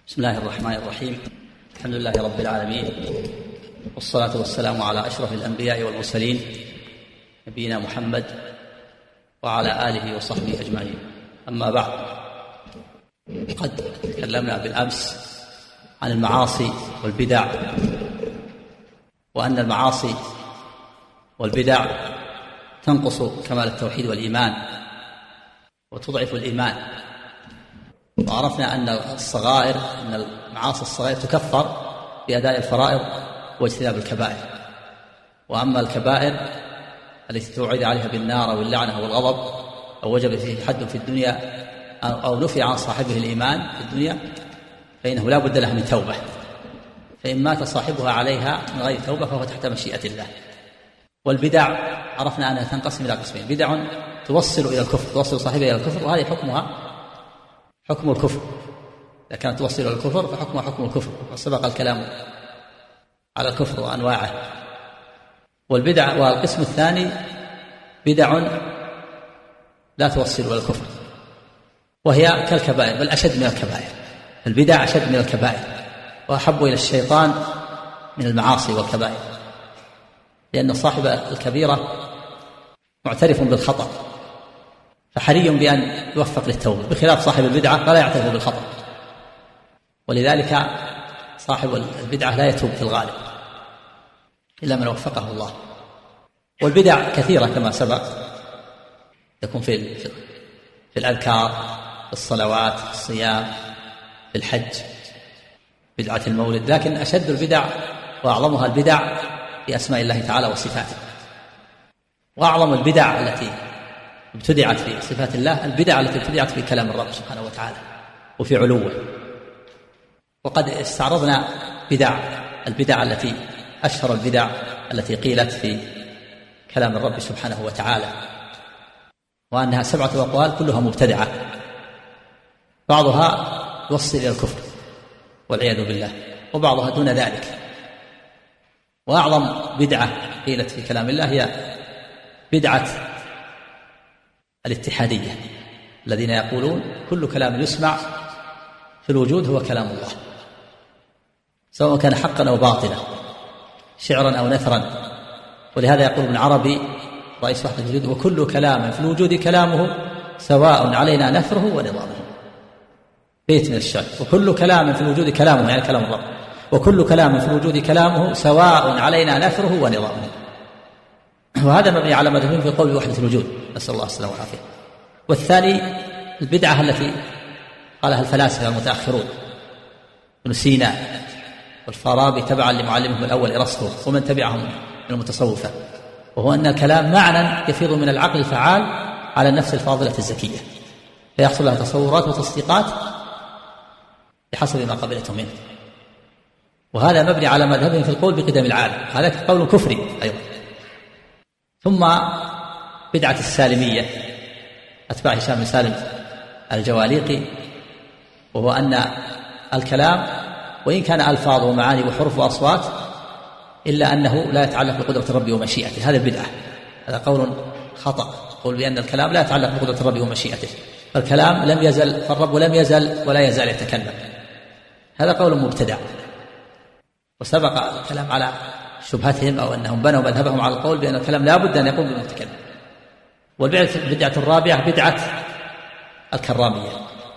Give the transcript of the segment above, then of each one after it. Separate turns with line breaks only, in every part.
بسم الله الرحمن الرحيم. الحمد لله رب العالمين، والصلاة والسلام على أشرف الأنبياء والمرسلين نبينا محمد وعلى آله وصحبه أجمعين. أما بعد، قد تكلمنا بالأمس عن المعاصي والبدع، وأن المعاصي والبدع تنقص كمال التوحيد والإيمان وتضعف الإيمان، وعرفنا أن المعاصي الصغائر تكفر بأداء الفرائض واجتناب الكبائر، وأما الكبائر التي توعد عليها بالنار أو اللعنة أو الغضب أو وجب فيه حد في الدنيا أو نفي عن صاحبه الإيمان في الدنيا فإنه لا بد له من توبة، فإن مات صاحبها عليها من غير توبة فهو تحت مشيئة الله. والبدع عرفنا أنها تنقسم إلى قسمين: بدع توصل إلى الكفر، توصل صاحبها إلى الكفر، وهذه حكمها حكم الكفر. إذا كانت توصل إلى الكفر فحكمها حكم الكفر، وسبق الكلام على الكفر وأنواعه. والبدع، والقسم الثاني بدع لا توصل إلى الكفر، وهي كالكبائر بل أشد من الكبائر. البدع أشد من الكبائر وأحب إلى الشيطان من المعاصي والكبائر، لأن صاحب الكبيرة معترف بالخطأ، فحري بأن يوفق للتوبة، بخلاف صاحب البدعة فلا يعترف بالخطأ، ولذلك صاحب البدعة لا يتوب في الغالب إلا من وفقه الله. والبدع كثيرة كما سبق، تكون في الأذكار، في الصلوات، في الصيام، في الحج، بدعة المولد. لكن أشد البدع وأعظمها البدع في أسماء الله تعالى وصفاته، وأعظم البدع التي ابتدعت في صفات الله البدع التي ابتدعت في كلام الرب سبحانه وتعالى وفي علوه. وقد استعرضنا البدع التي أشهر البدع التي قيلت في كلام الرب سبحانه وتعالى، وأنها 7 أقوال كلها مبتدعة، بعضها يوصل إلى الكفر والعياذ بالله، وبعضها دون ذلك. وأعظم بدعة قيلت في كلام الله هي بدعة الاتحادية، الذين يقولون كل كلام يسمع في الوجود هو كلام الله، سواء كان حقا أو باطلا، شعرا أو نثرا. ولهذا يقول ابن عربي رئيس وحدة الوجود: وكل كلام في الوجود كلامه سواء علينا نثره ونظامه. بيت من الشعر: وكل كلام في الوجود كلامه، يعني كلام الرب، وكل كلام في الوجود كلامه سواء علينا نثره ونظامه. وهذا مبني على مذهبهم في قول وحدة الوجود، نسأل الله السلامة والعافية. والثاني البدعة التي قالها الفلاسفة المتأخرون، ابن سينا والفارابي تبعا لمعلمهم الأول إرسطو ومن تبعهم من المتصوفة، وهو أن الكلام معنى يفيض من العقل الفعال على النفس الفاضلة الزكية، فيحصل لها تصورات وتصديقات بحسب ما قبلته منه. وهذا مبني على مذهبهم في القول بقدم العالم، هذا قول كفري أيضا. ثم بدعة السالمية أتباع هشام بن سالم الجواليقي، وهو أن الكلام وإن كان ألفاظ ومعاني وحروف وأصوات إلا أنه لا يتعلق بقدرة الرب ومشيئته. هذا البدعة، هذا قول خطأ، قول بأن الكلام لا يتعلق بقدرة الرب ومشيئته، فالكلام لم يزل، فالرب لم يزل ولا يزال يتكلم، هذا قول مبتدع. وسبق الكلام على شبهتهم أو أنهم بنوا مذهبهم على القول بأن الكلام لا بد أن يقوم بالمتكلم. والبدعة الرابعة بدعة الكرامية،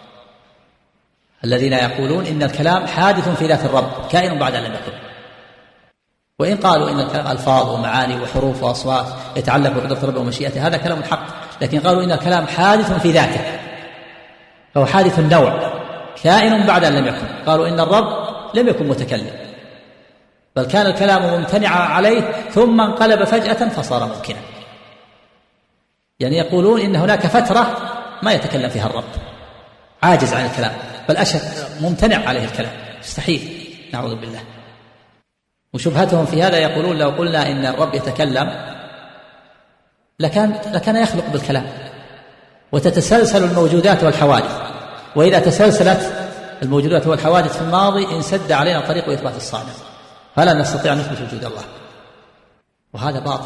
الذين يقولون إن الكلام حادث في ذات الرب كائن بعد أن لم يكن، وإن قالوا إن الكلام ألفاظ ومعاني وحروف وأصوات يتعلق بقدرة الرب ومشيئته، هذا كلام حق، لكن قالوا إن الكلام حادث في ذاته، فهو حادث النوع كائن بعد أن لم يكن. قالوا إن الرب لم يكن متكلم، بل كان الكلام ممتنعا عليه ثم انقلب فجأة فصار ممكنا. يعني يقولون إن هناك فترة ما يتكلم فيها الرب، عاجز عن الكلام، بل أشد ممتنع عليه الكلام، مستحيل، نعوذ بالله. وشبهتهم في هذا يقولون لو قلنا إن الرب يتكلم لكان يخلق بالكلام، وتتسلسل الموجودات والحوادث، وإذا تسلسلت الموجودات والحوادث في الماضي انسد علينا طريق إثبات الصانع، فلا نستطيع أن نثبت وجود الله. وهذا باطل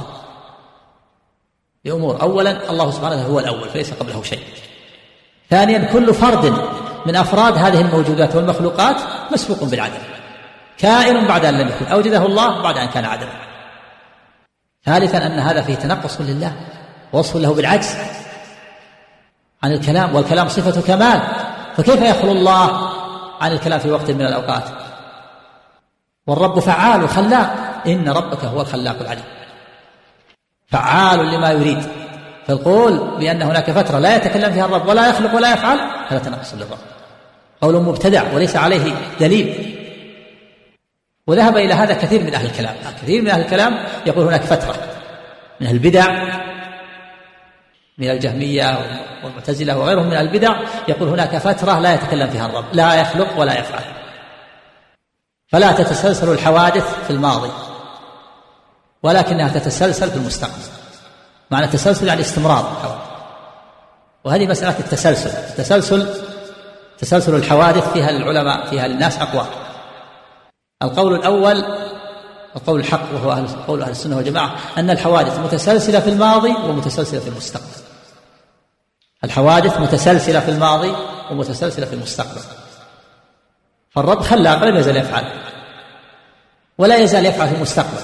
لأمور: أولا الله سبحانه هو الأول فليس قبله شيء، ثانيا كل فرد من أفراد هذه الموجودات والمخلوقات مسبوق بالعدم، كائن بعد أن لم يكن، أوجده الله بعد أن كان عدما. ثالثا أن هذا فيه تنقص لله، وصف له بالعجز عن الكلام، والكلام صفة كمال، فكيف يخلو الله عن الكلام في وقت من الأوقات؟ والرب فعال وخلاق، إن ربك هو الخلاق العليم، فعال لما يريد. فالقول بأن هناك فترة لا يتكلم فيها الرب ولا يخلق ولا يفعل هذا تنقص للرب، قول مبتدع وليس عليه دليل. وذهب إلى هذا كثير من أهل الكلام، كثير من أهل الكلام يقول هناك فترة من البدع، من الجهمية والمعتزلة وغيرهم من البدع، يقول هناك فترة لا يتكلم فيها الرب، لا يخلق ولا يفعل، فلا تتسلسل الحوادث في الماضي ولكنها تتسلسل في المستقبل. معنى التسلسل يعني استمرار، وهذه مسألة التسلسل تسلسل الحوادث فيها العلماء، فيها الناس أقوال. القول الأول القول الحق، وهو قول أهل السنة والجماعة، أن الحوادث متسلسلة في الماضي ومتسلسلة في المستقبل. الحوادث متسلسلة في الماضي ومتسلسلة في المستقبل. فالرب خلاق لم يزال يفعل ولا يزال يفعل في المستقبل،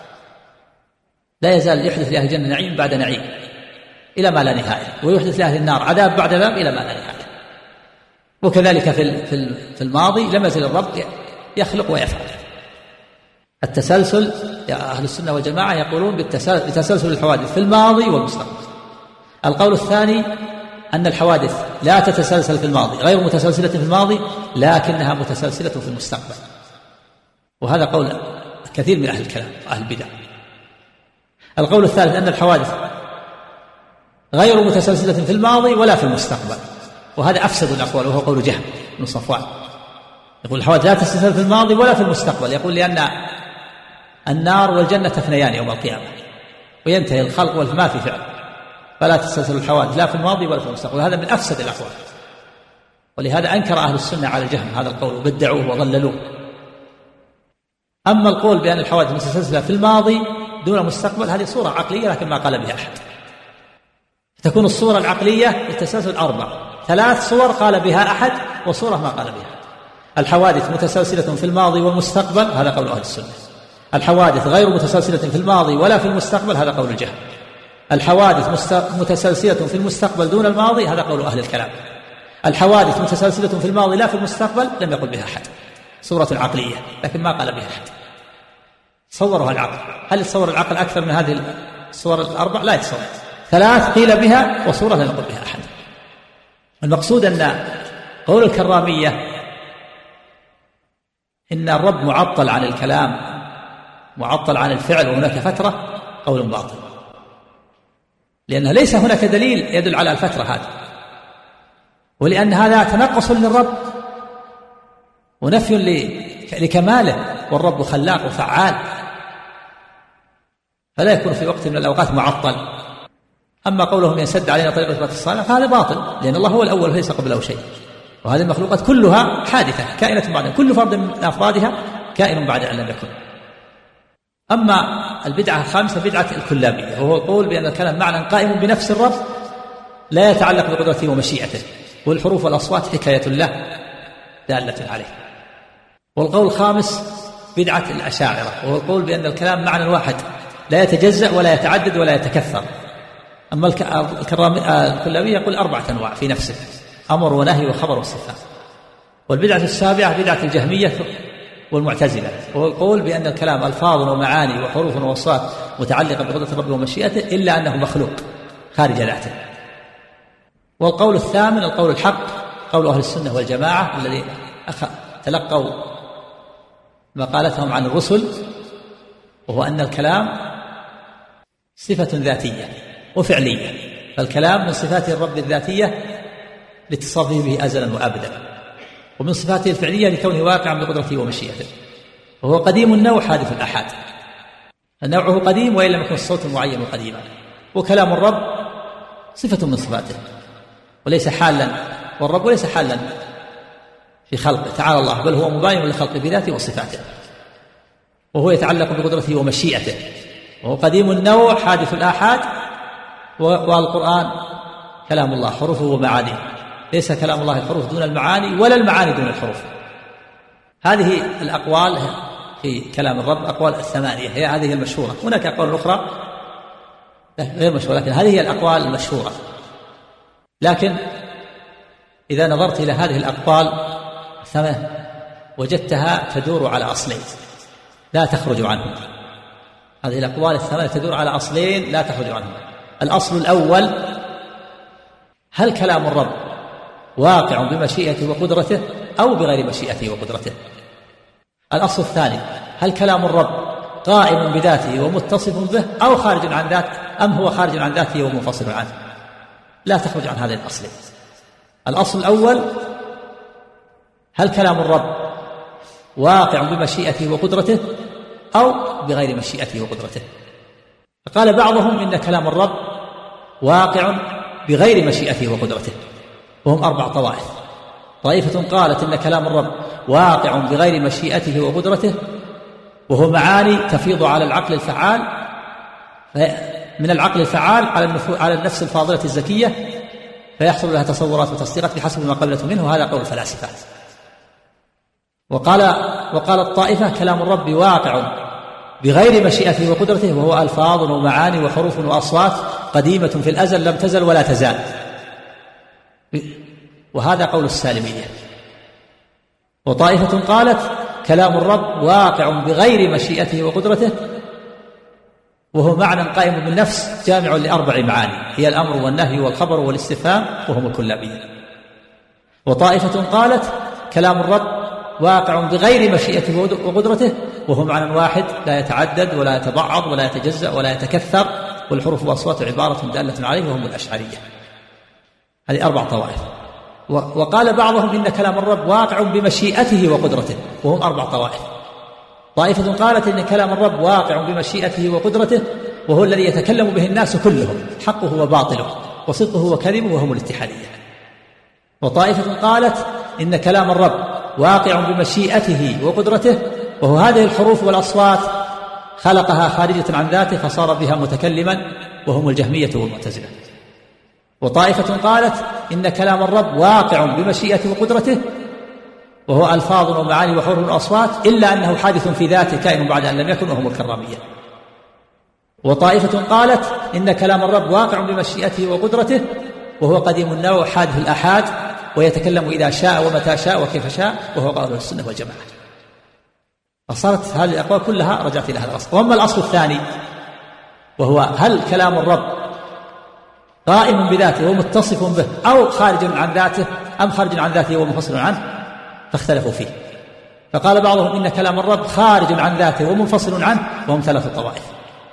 لا يزال يحدث لأهل الجنة نعيم بعد نعيم إلى ما لا نهاية، ويحدث لأهل النار عذاب بعد عذاب إلى ما لا نهاية. وكذلك في الماضي لم يزل الرب يخلق ويفعل. التسلسل يا أهل السنة والجماعة يقولون بتسلسل الحوادث في الماضي والمستقبل. القول الثاني أن الحوادث لا تتسلسل في الماضي، غير متسلسلة في الماضي لكنها متسلسلة في المستقبل، وهذا قول كثير من أهل الكلام وأهل البدع. القول الثالث أن الحوادث غير متسلسلة في الماضي ولا في المستقبل، وهذا أفسد الأقوال، وهو قول جهم بن صفوان، يقول الحوادث لا تتسلسل في الماضي ولا في المستقبل، يقول لأن النار والجنة تفنيان يوم القيامة وينتهي الخلق والما في فعل، فلا تتسلسل الحوادث لا في الماضي ولا في المستقبل، هذا من أفسد الأقوال. ولهذا أنكر أهل السنة على الجهم هذا القول وبدعوه وضللوه. أما القول بأن الحوادث متسلسلة في الماضي دون مستقبل هذه صورة عقلية لكن ما قال بها أحد. تكون الصورة العقلية للتسلسل 4، 3 صور قال بها أحد وصورة ما قال بها أحد. الحوادث متسلسلة في الماضي والمستقبل هذا قول أهل السنة. الحوادث غير متسلسلة في الماضي ولا في المستقبل هذا قول الجهم. الحوادث متسلسلة في المستقبل دون الماضي هذا قول أهل الكلام. الحوادث متسلسلة في الماضي لا في المستقبل لم يقل بها أحد، صورة عقلية لكن ما قال بها أحد. صورها العقل، هل يتصور العقل أكثر من هذه الصور 4؟ لا يتصور. 3 قيل بها وصورة لم يقل بها أحد. المقصود أن قول الكرامية إن الرب معطل عن الكلام معطل عن الفعل وهناك فترة قول باطل، لأن ليس هناك دليل يدل على الفترة هذه، ولأن هذا تنقص للرب ونفي لكماله، والرب خلاق وفعال، فلا يكون في وقت من الأوقات معطل. أما قولهم ينسد علينا طريق إثبات الصالح فهذا باطل، لأن الله هو الأول وليس قبله شيء، وهذه المخلوقات كلها حادثة كائنة بعد، كل فرد من أفرادها كائن بعد أن لم يكن. أما البدعة الخامسة بدعة الكلابية، وهو القول بأن الكلام معنى قائم بنفس الرب لا يتعلق بقدرته ومشيئته، والحروف والأصوات حكاية الله دالة عليه. والقول الخامس بدعة الأشاعرة، وهو القول بأن الكلام معنى واحد لا يتجزأ ولا يتعدد ولا يتكثر. أما الكلابية يقول 4 أنواع في نفسه، أمر ونهي وخبر وصفات. والبدعة السابعة بدعة الجهمية والمعتزلة، وهو القول بأن الكلام ألفاظ ومعاني وحروف وأصوات متعلقة بقدرة الرب ومشيئته إلا أنه مخلوق خارج ذاته. والقول الثامن القول الحق، قول أهل السنة والجماعة الذي تلقوا مقالتهم عن الرسل، وهو أن الكلام صفة ذاتية وفعلية، فالكلام من صفات الرب الذاتية لاتصافه به أزلا وأبدا، ومن صفاته الفعلية لكونه واقعا بقدرته ومشيئته، وهو قديم النوع حادث الأحاد، نوعه قديم وإن لم يكن الصوت المعين قديما. وكلام الرب صفة من صفاته وليس حالا، والرب ليس حالا في خلقه تعالى الله، بل هو مباين لخلقه بذاته وصفاته، وهو يتعلق بقدرته ومشيئته، وهو قديم النوع حادث الآحاد. والقرآن كلام الله حروفه ومعانيه، ليس كلام الله الحروف دون المعاني ولا المعاني دون الحروف. هذه الأقوال في كلام الرب أقوال الثمانية، هي هذه المشهورة. هناك أقوال أخرى غير مشهورة، لكن هذه هي الأقوال المشهورة. لكن إذا نظرت إلى هذه الأقوال الثمانية وجدتها تدور على أصلين لا تخرج عنهم. هذه الأقوال الثمانية تدور على أصلين لا تخرج عنهم. الأصل الأول: هل كلام الرب واقع بمشيئته وقدرته أو بغير مشيئته وقدرته؟ الأصل الثاني: هل كلام الرب قائم بذاته ومتصف به أو خارج عن ذاته، أم هو خارج عن ذاته ومنفصل عنه؟ لا تخرج عن هذين الأصلين. الأصل الأول: هل كلام الرب واقع بمشيئته وقدرته أو بغير مشيئته وقدرته؟ فقال بعضهم إن كلام الرب واقع بغير مشيئته وقدرته، وهم 4 طوائف. طائفة قالت إن كلام الرب واقع بغير مشيئته وقدرته، وهو معاني تفيض على العقل الفعال، من العقل الفعال على النفس الفاضلة الزكية، فيحصل لها تصورات وتصديقات بحسب ما قبلته منه. وهذا قول الفلاسفة. وقال الطائفة: كلام الرب واقع بغير مشيئته وقدرته، وهو ألفاظ ومعاني وحروف وأصوات قديمة في الأزل لم تزل ولا تزال. وهذا قول السالمية. وطائفة قالت: كلام الرب واقع بغير مشيئته وقدرته، وهو معنى قائم بالنفس جامع ل4 معاني، هي الأمر والنهي والخبر والاستفهام، وهم الكلابية. وطائفة قالت: كلام الرب واقع بغير مشيئته وقدرته، وهو معنى واحد لا يتعدد ولا يتبعض ولا يتجزأ ولا يتكثر، والحروف والأصوات عبارة دالة عليه، وهم الأشعرية. هذه 4 طوائف. وقال بعضهم إن كلام الرب واقع بمشيئته وقدرته، وهم 4 طوائف. طائفة قالت إن كلام الرب واقع بمشيئته وقدرته، وهو الذي يتكلم به الناس كلهم، حقه وباطله، وصدقه وكذبه، وهم الاتحادية. وطائفة قالت إن كلام الرب واقع بمشيئته وقدرته، وهو هذه الحروف والأصوات خلقها خارجة عن ذاته فصار بها متكلما، وهم الجهمية والمعتزلة. وطائفة قالت إن كلام الرب واقع بمشيئته وقدرته، وهو ألفاظ ومعاني وحروف وأصوات، إلا أنه حادث في ذاته كائن بعد أن لم يكن، وهم الكرامية. وطائفة قالت إن كلام الرب واقع بمشيئته وقدرته، وهو قديم النوع حادث الآحاد، ويتكلم إذا شاء ومتى شاء وكيف شاء، وهو قول السنة والجماعة. فصارت هذه الأقوال كلها رجعت إلى هذا الأصل. وأما الأصل الثاني، وهو هل كلام الرب قائم بذاته ومتصف به أو خارج عن ذاته، أم خارج عن ذاته ومنفصل عنه، فاختلفوا فيه. فقال بعضهم إن كلام الرب خارج عن ذاته ومنفصل عنه، وهم 3 طوائف.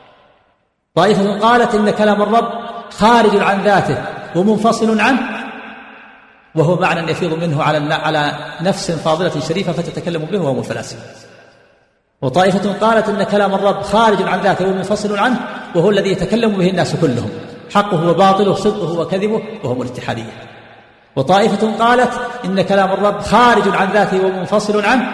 طائفة قالت إن كلام الرب خارج عن ذاته ومنفصل عنه، وهو معنى يفيض منه على نفس فاضلة شريفة فتتكلم به، وهم الفلاسفة. وطائفة قالت إن كلام الرب خارج عن ذاته ومنفصل عنه، وهو الذي يتكلم به الناس كلهم، حقه وباطله، صدقه وكذبه، وهم الاتحادية. وطائفة قالت إن كلام الرب خارج عن ذاته ومنفصل عنه،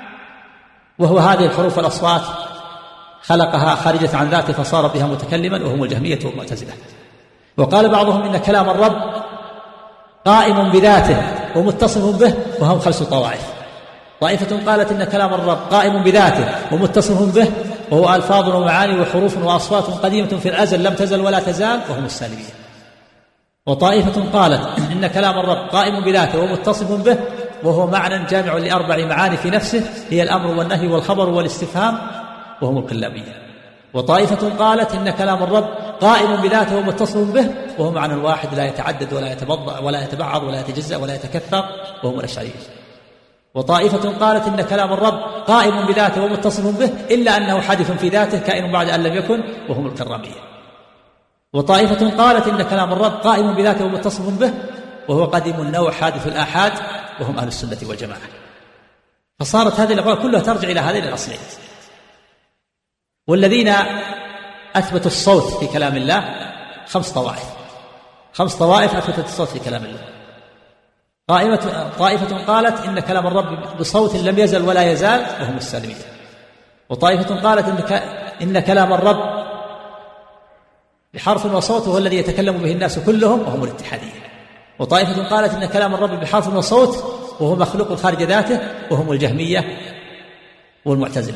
وهو هذه الحروف والأصوات خلقها خارجة عن ذاته فصار بها متكلما، وهم الجهمية والمعتزلة. وقال بعضهم إن كلام الرب قائم بذاته ومتصف به، وهم 5 طوائف. طائفة قالت إن كلام الرب قائم بذاته ومتصف به، وهو ألفاظ ومعاني وحروف وأصوات قديمة في الأزل لم تزل ولا تزال، وهم السالمية. وطائفة قالت إن كلام الرب قائم بذاته ومتصف به، وهو معنى جامع ل4 معاني في نفسه، هي الأمر والنهي والخبر والاستفهام، وهم الكلابية. وطائفة قالت إن كلام الرب قائم بذاته ومتصف به، وهو معنى واحد لا يتعدد ولا يتبضع ولا يتبعض ولا يتجزأ ولا يتكثر، وهم الأشعرية. وطائفة قالت إن كلام الرب قائم بذاته ومتصف به، إلا أنه حادث في ذاته كائن بعد أن لم يكن، وهم الكرامية. وطائفة قالت إن كلام الرب قائم بذاته ومتصف به، وهو قديم النوع حادث الآحاد، وهم أهل السنة والجماعة. فصارت هذه الأقوال كلها ترجع إلى هذين الأصلين. والذين أثبتوا الصوت في كلام الله 5 طوائف. 5 طوائف أثبتت الصوت في كلام الله. طائفة قالت إن كلام الرب بصوت لم يزل ولا يزال، وهم السالمية. وطائفة قالت إن كلام الرب بحرف وصوت هو الذي يتكلم به الناس كلهم، وهم الاتحادية. وطائفة قالت إن كلام الرب بحرف وصوت وهو مخلوق خارج ذاته وهم الجهمية والمعتزلة.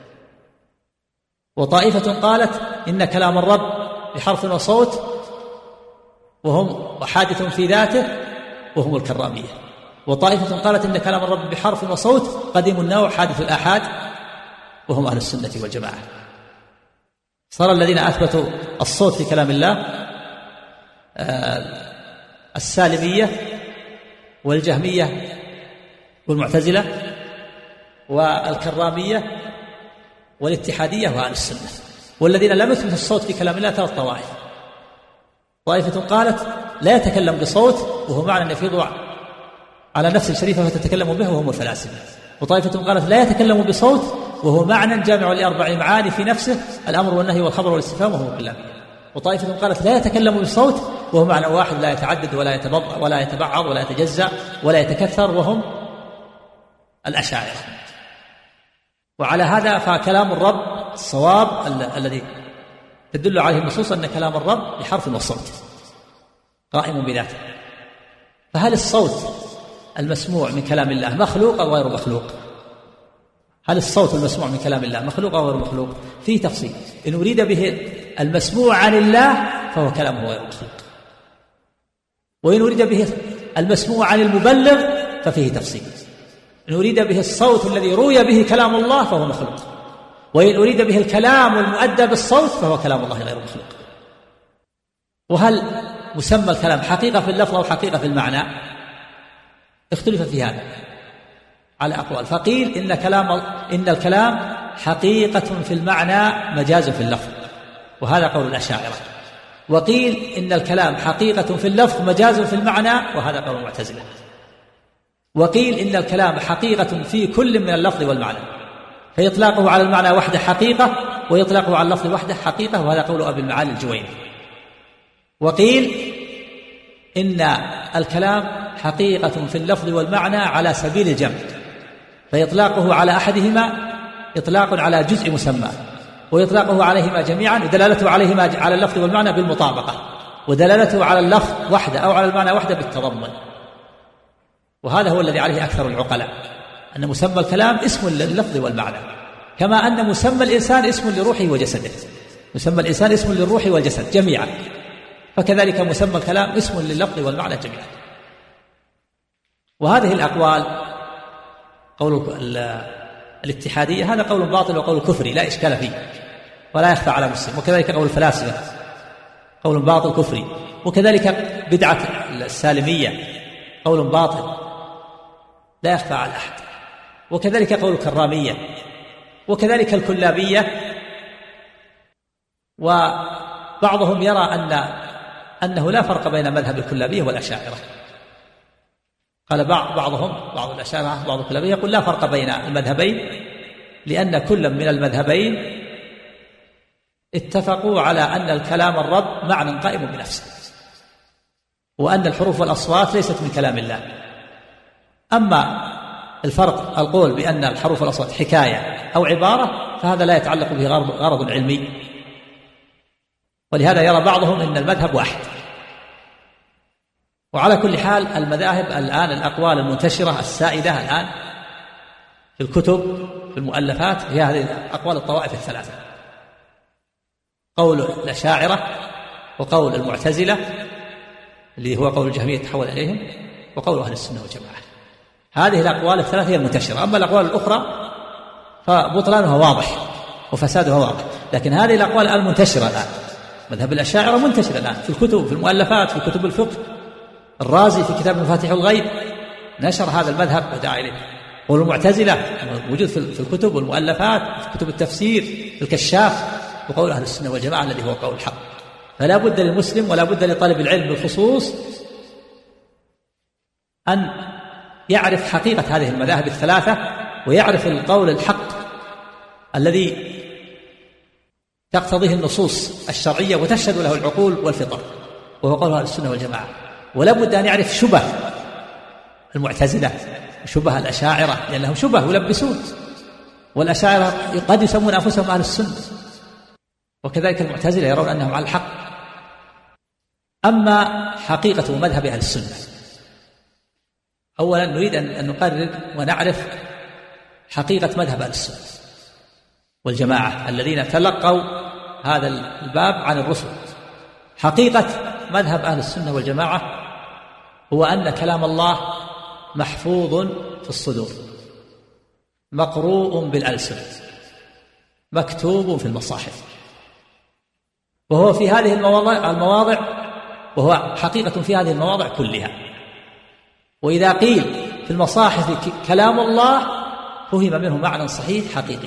وطائفة قالت إن كلام الرب بحرف وصوت وهم حادث في ذاته وهم الكرامية. وطائفة قالت إن كلام الرب بحرف وصوت قديم النوع حادث الآحاد وهم أهل السنة والجماعة. صار الذين أثبتوا الصوت في كلام الله السالمية والجهمية والمعتزلة والكرامية والاتحادية وأهل السنة. والذين لم يثبتوا الصوت في كلام الله 3 طوائف. طائفة قالت لا يتكلم بصوت وهو معنى يفيض على نفس شريفة فتتكلم به وهم الفلاسفة. وطائفة قالت لا يتكلم بصوت وهو معنى جامع ل4 معاني في نفسه الأمر والنهي والخبر والاستفهام وهو الكلامية. وطائفة قالت لا يتكلم بصوت وهو معنى واحد لا يتعدد ولا يتبعض ولا يتجزأ ولا يتكثر وهم الأشاعرة. وعلى هذا فكلام الرب الصواب الذي تدل عليه النصوص أن كلام الرب بحرف وصوت قائم بذاته. فهل الصوت المسموع من كلام الله مخلوق أو غير مخلوق؟ هل الصوت المسموع من كلام الله مخلوق أو غير مخلوق؟ فيه تفصيل. إن أريد به المسموع عن الله فهو كلامه غير مخلوق، وإن أريد به المسموع عن المبلغ ففيه تفصيل. إن أريد به الصوت الذي روي به كلام الله فهو مخلوق، وإن أريد به الكلام المؤدى بالصوت فهو كلام الله غير مخلوق. وهل مسمى الكلام حقيقة في اللفظ أو حقيقة في المعنى؟ اختلف في هذا على أقوال. فقيل إن الكلام حقيقة في المعنى مجاز في اللفظ، وهذا قول الأشاعرة. وقيل إن الكلام حقيقة في اللفظ مجاز في المعنى، وهذا قول المعتزلة. وقيل إن الكلام حقيقة في كل من اللفظ والمعنى، فإطلاقه على المعنى وحده حقيقة، وإطلاقه على اللفظ وحده حقيقة، وهذا قول أبي المعالي الجويني. وقيل إن الكلام حقيقة في اللفظ والمعنى على سبيل الجمع، فإطلاقه على أحدهما إطلاق على جزء مسمى، وإطلاقه عليهما جميعا ودلالته عليهما على اللفظ والمعنى بالمطابقة، ودلالته على اللفظ وحده أو على المعنى وحده بالتضمن. وهذا هو الذي عليه أكثر العقلاء، أن مسمى الكلام اسم لللفظ والمعنى، كما أن مسمى الإنسان اسم لروحه وجسده. مسمى الإنسان اسم للروح والجسد جميعا، فكذلك مسمى الكلام اسم لللفظ والمعنى جميعا. وهذه الأقوال قول الاتحادية هذا قول باطل وقول كفري لا إشكال فيه ولا يخفى على مسلم، وكذلك قول الفلاسفة قول باطل كفري، وكذلك بدعة السالمية قول باطل لا يخفى على أحد، وكذلك قول الكرامية، وكذلك الكلابية. وبعضهم يرى أنه لا فرق بين مذهب الكلابية والأشاعرة. قال بعض الأشاعرة بعض الكلابية يقول لا فرق بين المذهبين، لأن كل من المذهبين اتفقوا على أن الكلام الرب معنى قائم بنفسه، وأن الحروف والأصوات ليست من كلام الله. أما الفرق القول بأن الحروف والأصوات حكاية أو عبارة فهذا لا يتعلق به غرض علمي، ولهذا يرى بعضهم أن المذهب واحد. وعلى كل حال المذاهب الآن الأقوال المنتشرة السائدة الآن في الكتب في المؤلفات هي هذه أقوال الطوائف الثلاثة: قول الأشاعرة، وقول المعتزلة اللي هو قول الجهمية تحول إليهم، وقول أهل السنة والجماعة. هذه الأقوال الثلاثة هي المنتشرة. أما الأقوال الأخرى فبطلانها واضح وفسادها واضح، لكن هذه الأقوال المنتشرة الآن مذهب الأشاعرة منتشر الآن في الكتب في المؤلفات في كتب الفقه. الرازي في كتاب مفاتيح الغيب نشر هذا المذهب ودعا إليه. قول المعتزلة موجود في الكتب والمؤلفات في كتب التفسير في الكشاف، وقول أهل السنة والجماعة الذي هو قول الحق. فلا بد للمسلم ولا بد لطالب العلم بالخصوص أن يعرف حقيقة هذه المذاهب الثلاثة، ويعرف القول الحق الذي تقتضيه النصوص الشرعية وتشهد له العقول والفطر، وهو قول أهل السنة والجماعة. ولا بد أن يعرف شبه المعتزلة وشبه الأشاعرة، لأنهم شبه يلبسون، والأشاعرة قد يسمون أنفسهم أهل السنة، وكذلك المعتزلة يرون أنهم على الحق. أما حقيقة مذهب أهل السنة أولا نريد أن نقرر ونعرف حقيقة مذهب أهل السنة والجماعة الذين تلقوا هذا الباب عن الرسل. حقيقة مذهب أهل السنة والجماعة هو أن كلام الله محفوظ في الصدور، مقروء بالألسن، مكتوب في المصاحف، وهو في هذه المواضع وهو حقيقة في هذه المواضع كلها. وإذا قيل في المصاحف كلام الله فهم منه معنى صحيح حقيقي،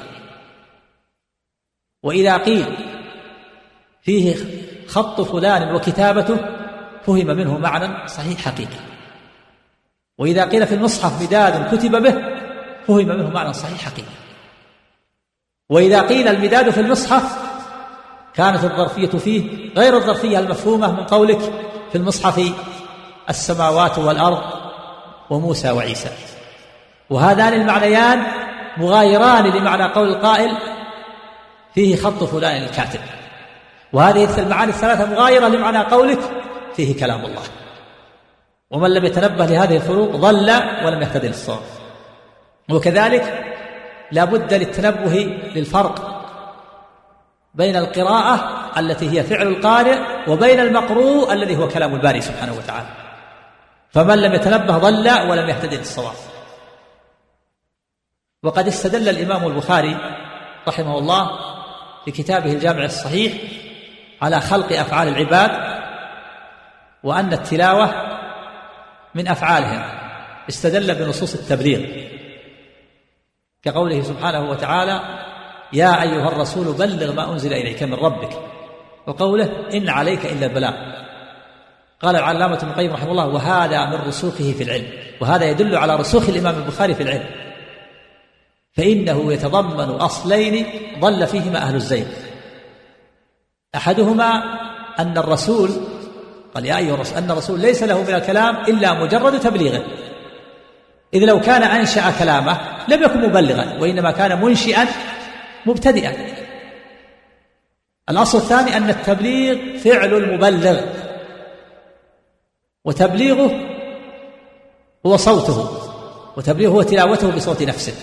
وإذا قيل فيه خط فلان وكتابته فهم منه معنى صحيح حقيقي، وإذا قيل في المصحف مداد كتب به فهم منه معنى صحيح حقيقي، وإذا قيل المداد في المصحف كانت الظرفية فيه غير الظرفية المفهومة من قولك في المصحف السماوات والأرض وموسى وعيسى، وهذان المعنيان مغايران لمعنى قول القائل فيه خط فلان الكاتب، وهذه المعاني الثلاثة مغايرة لمعنى قولك فيه كلام الله. ومن لم يتنبه لهذه الفروق ضل ولم يهتدي للصواب. وكذلك لا بد للتنبه للفرق بين القراءة التي هي فعل القارئ وبين المقروء الذي هو كلام الباري سبحانه وتعالى، فمن لم يتنبه ضل ولم يهتدي للصواب. وقد استدل الإمام البخاري رحمه الله في كتابه الجامع الصحيح على خلق أفعال العباد، وأن التلاوة من أفعالهم، استدل بنصوص التبليغ كقوله سبحانه وتعالى يا أيها الرسول بلغ ما أنزل إليك من ربك، وقوله إن عليك إلا البلاغ. قال العلامة ابن القيم رحمه الله وهذا من رسوخه في العلم، وهذا يدل على رسوخ الإمام البخاري في العلم، فإنه يتضمن أصلين ضل فيهما أهل الزيغ. أحدهما أن الرسول قال يا أيها الرسول، أن الرسول ليس له من الكلام إلا مجرد تبليغه، إذ لو كان أنشأ كلامه لم يكن مبلغا، وإنما كان منشئا مبتدئا. الأصل الثاني أن التبليغ فعل المبلغ، وتبليغه هو صوته، وتبليغه هو تلاوته بصوت نفسه.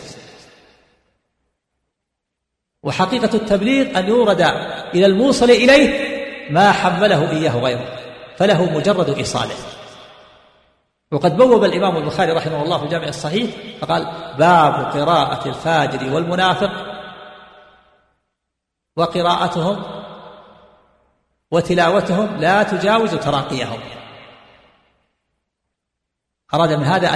وحقيقة التبليغ أن يورد إلى الموصل إليه ما حمله إياه غيره، فله مجرد إيصاله. وقد بوب الإمام البخاري رحمه الله في الجامع الصحيح فقال باب قراءة الفاجر والمنافق وقراءتهم وتلاوتهم لا تجاوز تراقيهم. أراد من هذا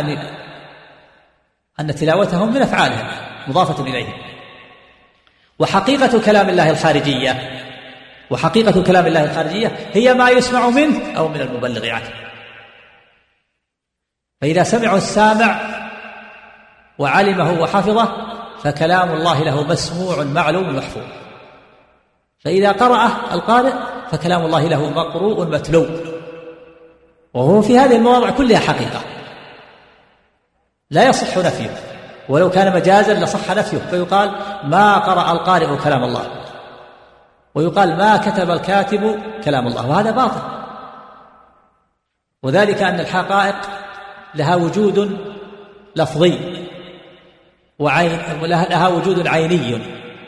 أن تلاوتهم من أفعالهم مضافة إليهم. وحقيقة كلام الله الخارجية هي ما يسمع منه أو من المبلغ عنه. فإذا سمعه السامع وعلمه وحفظه فكلام الله له مسموع معلوم محفوظ، فإذا قرأه القارئ فكلام الله له مقروء متلو، وهو في هذه المواضع كلها حقيقة لا يصح نفيه، ولو كان مجازا لصح نفيه، فيقال ما قرأ القارئ كلام الله، ويقال ما كتب الكاتب كلام الله، وهذا باطل. وذلك أن الحقائق لها وجود لفظي ولها وجود عيني،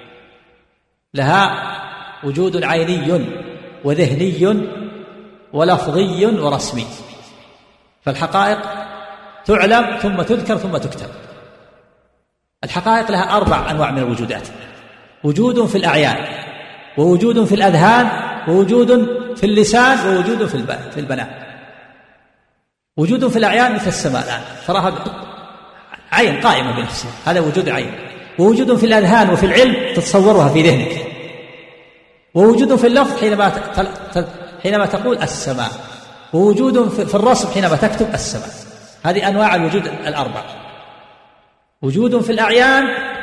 لها وجود عيني وذهني ولفظي ورسمي. فالحقائق تعلم ثم تذكر ثم تكتب. الحقائق لها 4 أنواع من الوجودات: وجود في الأعيان، ووجود في الأذهان، ووجود في اللسان، ووجود في البنان. وجود في الأعيان مثل السماء الآن تراها عين قائمة بنفسها، هذا وجود عين. ووجود في الأذهان وفي العلم تتصورها في ذهنك. ووجود في اللفظ حينما تقول السماء. ووجود في الرسم حينما تكتب السماء. هذه أنواع الوجود 4. وجود في الأعيان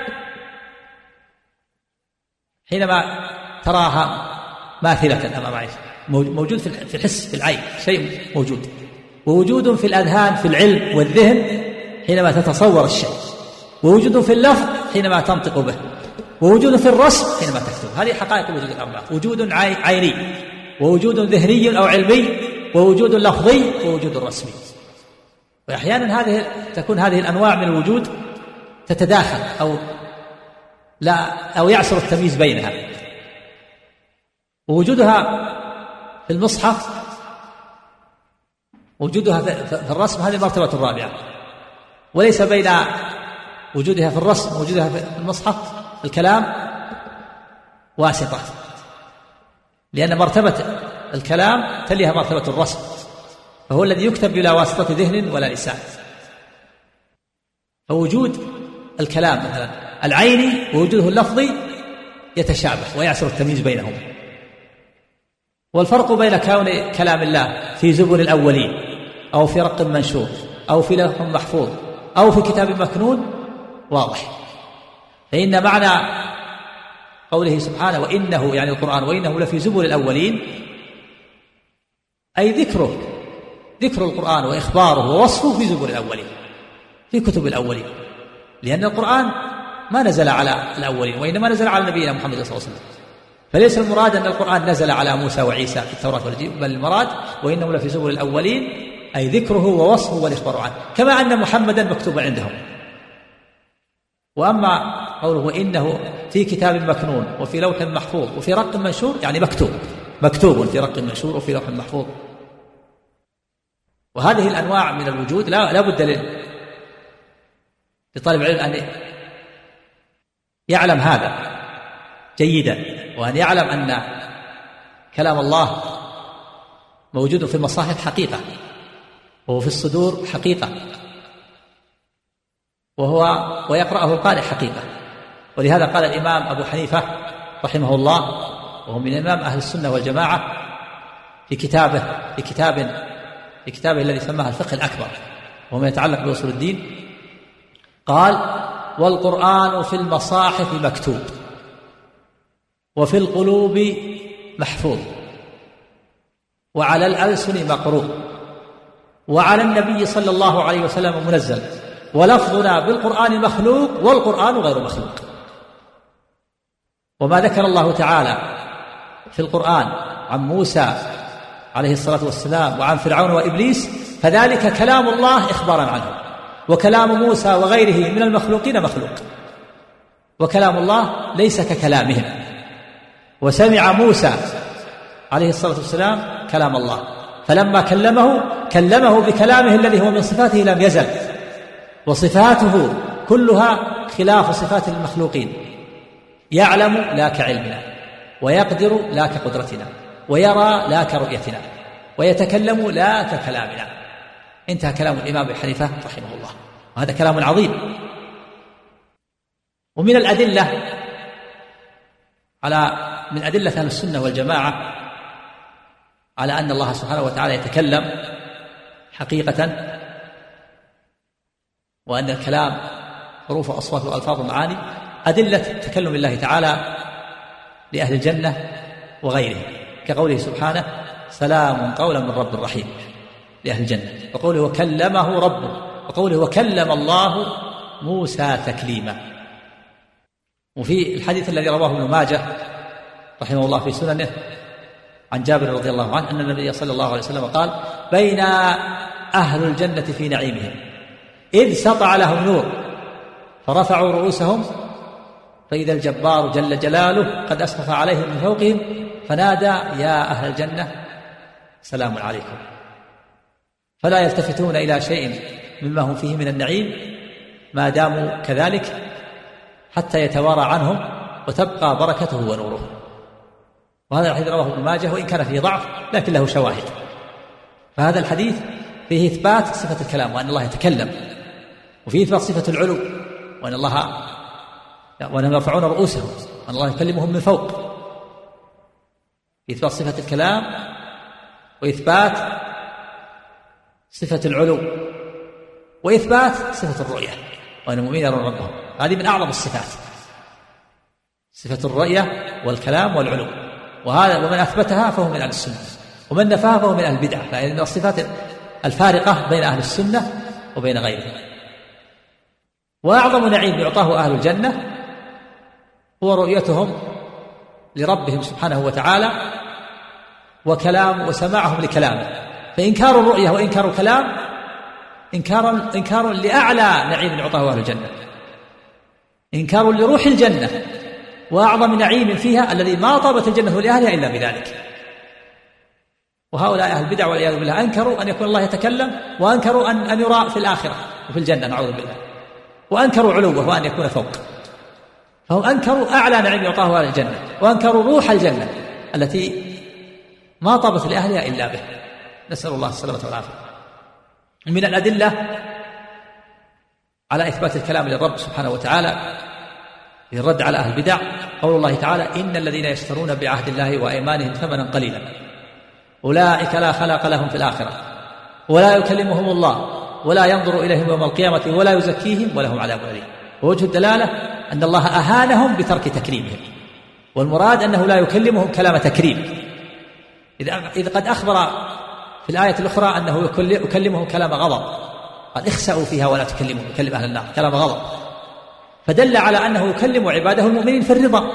حينما تراها ماثلة أمام عينك، موجود في الحس في العين، شيء موجود. ووجود في الأذهان في العلم والذهن حينما تتصور الشيء. ووجود في اللفظ حينما تنطق به. ووجود في الرسم حينما تكتب. هذه حقائق الوجود 4: وجود عيني، ووجود ذهني أو علمي، ووجود لفظي، ووجود رسمي. وأحيانا تكون هذه الأنواع من الوجود تتداخل أو يعسر التمييز بينها. ووجودها في المصحف، وجودها في الرسم، هذه المرتبة الرابعة، وليس بين وجودها في الرسم ووجودها في المصحف الكلام واسطة، لأن مرتبة الكلام تليها مرتبة الرسم، فهو الذي يكتب بلا واسطة ذهن ولا لسان. فوجود الكلام مثلا العيني ووجوده اللفظي يتشابه ويعسر التمييز بينهم. والفرق بين كون كلام الله في زبر الأولين أو في رق منشور أو في لوح محفوظ أو في كتاب مكنون واضح. فإن معنى قوله سبحانه وإنه، يعني القرآن، وإنه لفي زبر الأولين، أي ذكر القرآن وإخباره ووصفه في زبر الأولين، في كتب الأولين، لأن القرآن ما نزل على الأولين وإنما نزل على نبينا محمد صلى الله عليه وسلم. فليس المراد أن القرآن نزل على موسى وعيسى في التوراة والإنجيل، بل المراد وإنه لفي زبر الأولين، أي ذكره ووصفه والإخبار عنه، كما أن محمدا مكتوب عندهم. وأما قوله وإنه في كتاب مكنون وفي لوح محفوظ وفي رق منشور، يعني مكتوب في رق منشور وفي لوح محفوظ. وهذه الأنواع من الوجود لا بد لطالب العلم أن يعلم هذا جيدا، وأن يعلم أن كلام الله موجود في المصاحف حقيقة، وهو في الصدور حقيقة، ويقرأه القارئ حقيقة. ولهذا قال الإمام أبو حنيفة رحمه الله، وهو من الإمام أهل السنة والجماعة، في كتابه الذي سماه الفقه الأكبر وهو ما يتعلق بأصول الدين، قال: والقرآن في المصاحف مكتوب، وفي القلوب محفوظ، وعلى الألسن مقروء، وعلى النبي صلى الله عليه وسلم منزل، ولفظنا بالقرآن مخلوق والقرآن غير مخلوق. وما ذكر الله تعالى في القرآن عن موسى عليه الصلاة والسلام وعن فرعون وإبليس فذلك كلام الله إخبارا عنه، وكلام موسى وغيره من المخلوقين مخلوق، وكلام الله ليس ككلامهم. وسمع موسى عليه الصلاة والسلام كلام الله، فلما كلمه بكلامه الذي هو من صفاته لم يزل، وصفاته كلها خلاف صفات المخلوقين، يعلم لا كعلمنا، ويقدر لا كقدرتنا، ويرى لا كرؤيتنا، ويتكلم لا ككلامنا. انتهى كلام الإمام أبي حنيفة رحمه الله، وهذا كلام عظيم. ومن الأدلة من أدلة أهل السنة والجماعة على أن الله سبحانه وتعالى يتكلم حقيقة، وأن الكلام حروف وأصوات وألفاظ ومعاني، أدلة تكلم الله تعالى لأهل الجنة وغيرهم، كقوله سبحانه: سلام قولا من رب رحيم لأهل الجنة، وقوله وكلمه ربه، وقوله وكلم الله موسى تكليما. وفي الحديث الذي رواه ابن ماجه رحمه الله في سننه عن جابر رضي الله عنه أن النبي صلى الله عليه وسلم قال: بين أهل الجنة في نعيمهم إذ سطع لهم نور فرفعوا رؤوسهم فإذا الجبار جل جلاله قد أسقط عليهم من فوقهم فنادى: يا أهل الجنة سلام عليكم، فلا يلتفتون إلى شيء مما هم فيه من النعيم ما داموا كذلك حتى يتوارى عنهم وتبقى بركته ونوره. وهذا الحديث رواه ابن ماجه، وإن كان فيه ضعف لكن له شواهد. فهذا الحديث فيه إثبات صفة الكلام وأن الله يتكلم، وفيه إثبات صفة العلو وأنهم يرفعون رؤوسهم وأن الله يكلمهم من فوق، إثبات صفة الكلام وإثبات صفة العلو وإثبات صفة الرؤية وأن المؤمنين يرون ربهم. هذه من أعظم الصفات، صفة الرؤية والكلام والعلو. ومن أثبتها فهو من أهل السنة، ومن نفاها فهو من أهل البدعة، فإن الصفات الفارقة بين أهل السنة وبين غيرهم. وأعظم نعيم يعطاه أهل الجنة هو رؤيتهم لربهم سبحانه وتعالى وسماعهم لكلامه. فإنكار الرؤية وإنكار الكلام إنكار لأعلى نعيم يعطاه أهل الجنة، إنكار لروح الجنة وأعظم نعيم فيها الذي ما طابت الجنة لأهلها إلا بذلك. وهؤلاء أهل البدع والعياذ بالله أنكروا أن يكون الله يتكلم، وأنكروا أن يرى في الآخرة وفي الجنة نعوذ بالله، وأنكروا علوه وأن يكون فوق. فهم أنكروا أعلى نعيم يعطاه أهل الجنة، وأنكروا روح الجنة التي ما طابت لأهلها إلا به، نسأل الله السلامة والعافية. من الأدلة على إثبات الكلام للرب سبحانه وتعالى في الرد على أهل البدع قول الله تعالى: إن الذين يشترون بعهد الله وأيمانهم ثمنا قليلا أولئك لا خلاق لهم في الآخرة ولا يكلمهم الله ولا ينظر إليهم يوم القيامة ولا يزكيهم ولهم عذاب أليم. ووجه الدلالة أن الله أهانهم بترك تكريمهم، والمراد أنه لا يكلمهم كلام تكريم، إذ قد أخبر في الآية الأخرى أنه يكلمهم كلام غضب، قال: اخسأوا فيها ولا تكلموا، يكلم أهل النار كلام غضب، فدل على أنه يكلم عباده المؤمنين في الرضا.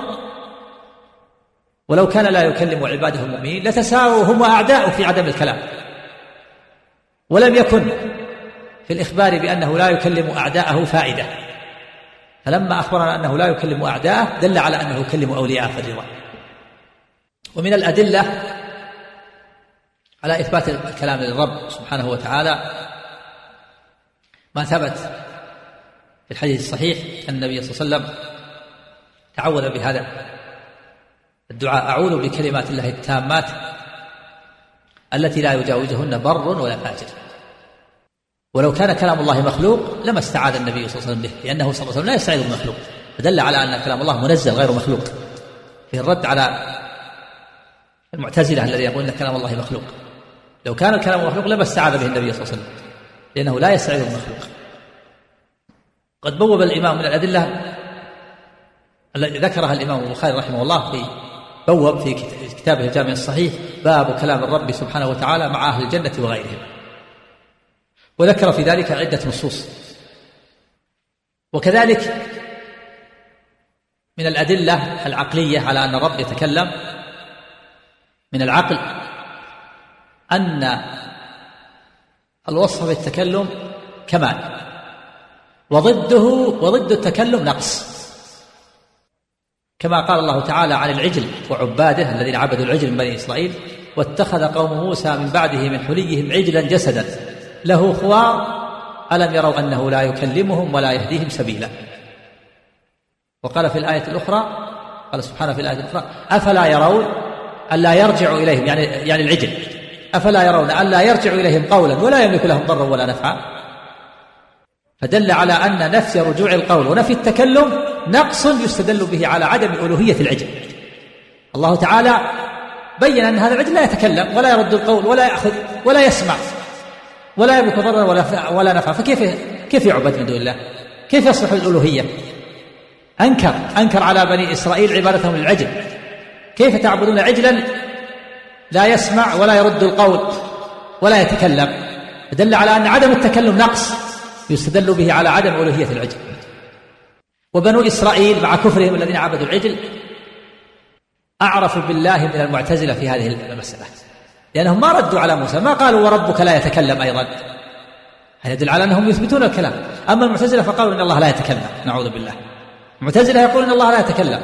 ولو كان لا يكلم عباده المؤمنين لتساووا هم وأعداؤه في عدم الكلام، ولم يكن في الإخبار بأنه لا يكلم أعداءه فائدة، فلما أخبرنا أنه لا يكلم أعداءه دل على أنه يكلم أولياءه في الرضا. ومن الأدلة على إثبات الكلام للرب سبحانه وتعالى ما ثبت في الحديث الصحيح أن النبي صلى الله عليه وسلم تعوذ بهذا الدعاء: أعوذ بكلمات الله التامات التي لا يجاوزهن بر ولا فاجر. ولو كان كلام الله مخلوق لما استعاذ النبي صلى الله عليه وسلم به، لأنه صلى الله عليه وسلم لا يستعيذ بالمخلوق، فدل على أن كلام الله منزل غير مخلوق، في الرد على المعتزلة الذين يقولون أن كلام الله مخلوق. لو كان الكلام مخلوق لما استعاذ به النبي صلى الله عليه وسلم، لأنه لا يستعيذ بالمخلوق. قد بوب الإمام من الأدلة التي ذكرها الإمام البخاري رحمه الله بوب في كتابه الجامع الصحيح باب كلام الرب سبحانه وتعالى مع أهل الجنة وغيرهم، وذكر في ذلك عدة نصوص. وكذلك من الأدلة العقلية على أن الرب يتكلم، من العقل أن الوصف بالتكلم كمال، وضد التكلم نقص، كما قال الله تعالى عن العجل وعباده الذين عبدوا العجل من بني إسرائيل: واتخذ قوم موسى من بعده من حليهم عجلا جسدا له خوار ألم يروا أنه لا يكلمهم ولا يهديهم سبيلا. وقال في الآية الأخرى، قال سبحانه في الآية الأخرى: أفلا يرون ألا يرجع إليهم، يعني العجل، أفلا يرون ألا يرجع إليهم قولا ولا يملك لهم ضرا ولا نفعا. فدل على أن نفي رجوع القول ونفي التكلم نقص يستدل به على عدم ألوهية العجل. الله تعالى بين أن هذا العجل لا يتكلم ولا يرد القول ولا يأخذ ولا يسمع ولا يملك ضرا ولا نفعا، فكيف يعبد من دون الله؟ كيف يصلح الألوهية؟ أنكر على بني إسرائيل عبادتهم للعجل. كيف تعبدون عجلا لا يسمع ولا يرد القول ولا يتكلم؟ فدل على أن عدم التكلم نقص يستدل به على عدم ألوهية العجل. وبنو إسرائيل مع كفرهم الذين عبدوا العجل أعرفوا بالله من المعتزلة في هذه المسألة، لأنهم ما ردوا على موسى، ما قالوا وربك لا يتكلم أيضا، هذا يدل على أنهم يثبتون الكلام. أما المعتزلة فقالوا إن الله لا يتكلم، نعوذ بالله. المعتزلة يقولون إن الله لا يتكلم.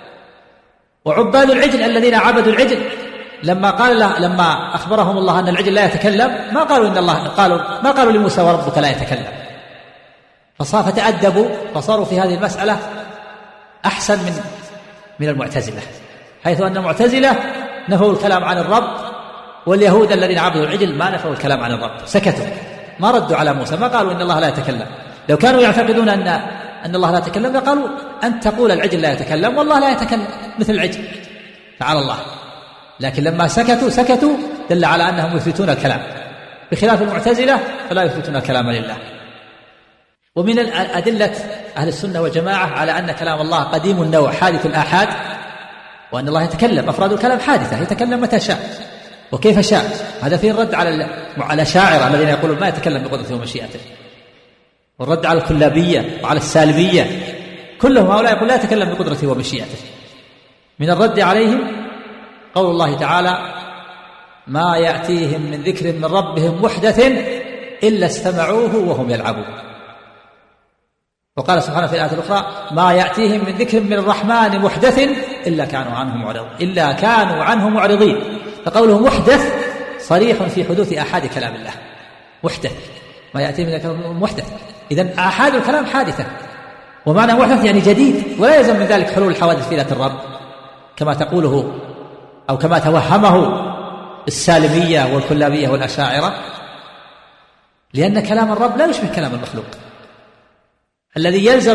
وعباد العجل الذين عبدوا العجل لما أخبرهم الله أن العجل لا يتكلم ما قالوا لموسى وربك لا يتكلم، فتأدبوا فصاروا في هذه المسألة أحسن من المعتزلة، حيث أن المعتزلة نفوا الكلام عن الرب، واليهود الذين عبدوا العجل ما نفوا الكلام عن الرب، سكتوا ما ردوا على موسى، ما قالوا إن الله لا يتكلم. لو كانوا يعتقدون أن الله لا يتكلم لقالوا أن تقول العجل لا يتكلم والله لا يتكلم مثل العجل، تعالى الله. لكن لما سكتوا دل على أنهم يثبتون الكلام، بخلاف المعتزلة فلا يثبتون الكلام لله. ومن أدلة أهل السنة والجماعة على أن كلام الله قديم النوع حادث الآحاد، وأن الله يتكلم، أفراد الكلام حادثة يتكلم متى شاء وكيف شاء. هذا فيه الرد على الشاعرة الذين يقولون ما يتكلم بقدرته ومشيئته، والرد على الكلابية وعلى السالبية، كلهم هؤلاء يقول لا يتكلم بقدرته ومشيئته. من الرد عليهم قول الله تعالى: ما يأتيهم من ذكر من ربهم محدث إلا استمعوه وهم يلعبون. وقال سبحانه في الآية الأخرى ما يأتيهم من ذكر من الرحمن محدث إلا كانوا عنه معرضين. فقوله محدث صريح في حدوث آحاد كلام الله. محدث ما يأتيهم من ذكر محدث، إذن آحاد الكلام حادثة، ومعنى محدث يعني جديد، ولا يلزم من ذلك حلول الحوادث في ذات الرب كما تقوله أو كما توهمه السالمية والكلابية والأشاعرة، لأن كلام الرب لا يشبه كلام المخلوق. الذي يلزم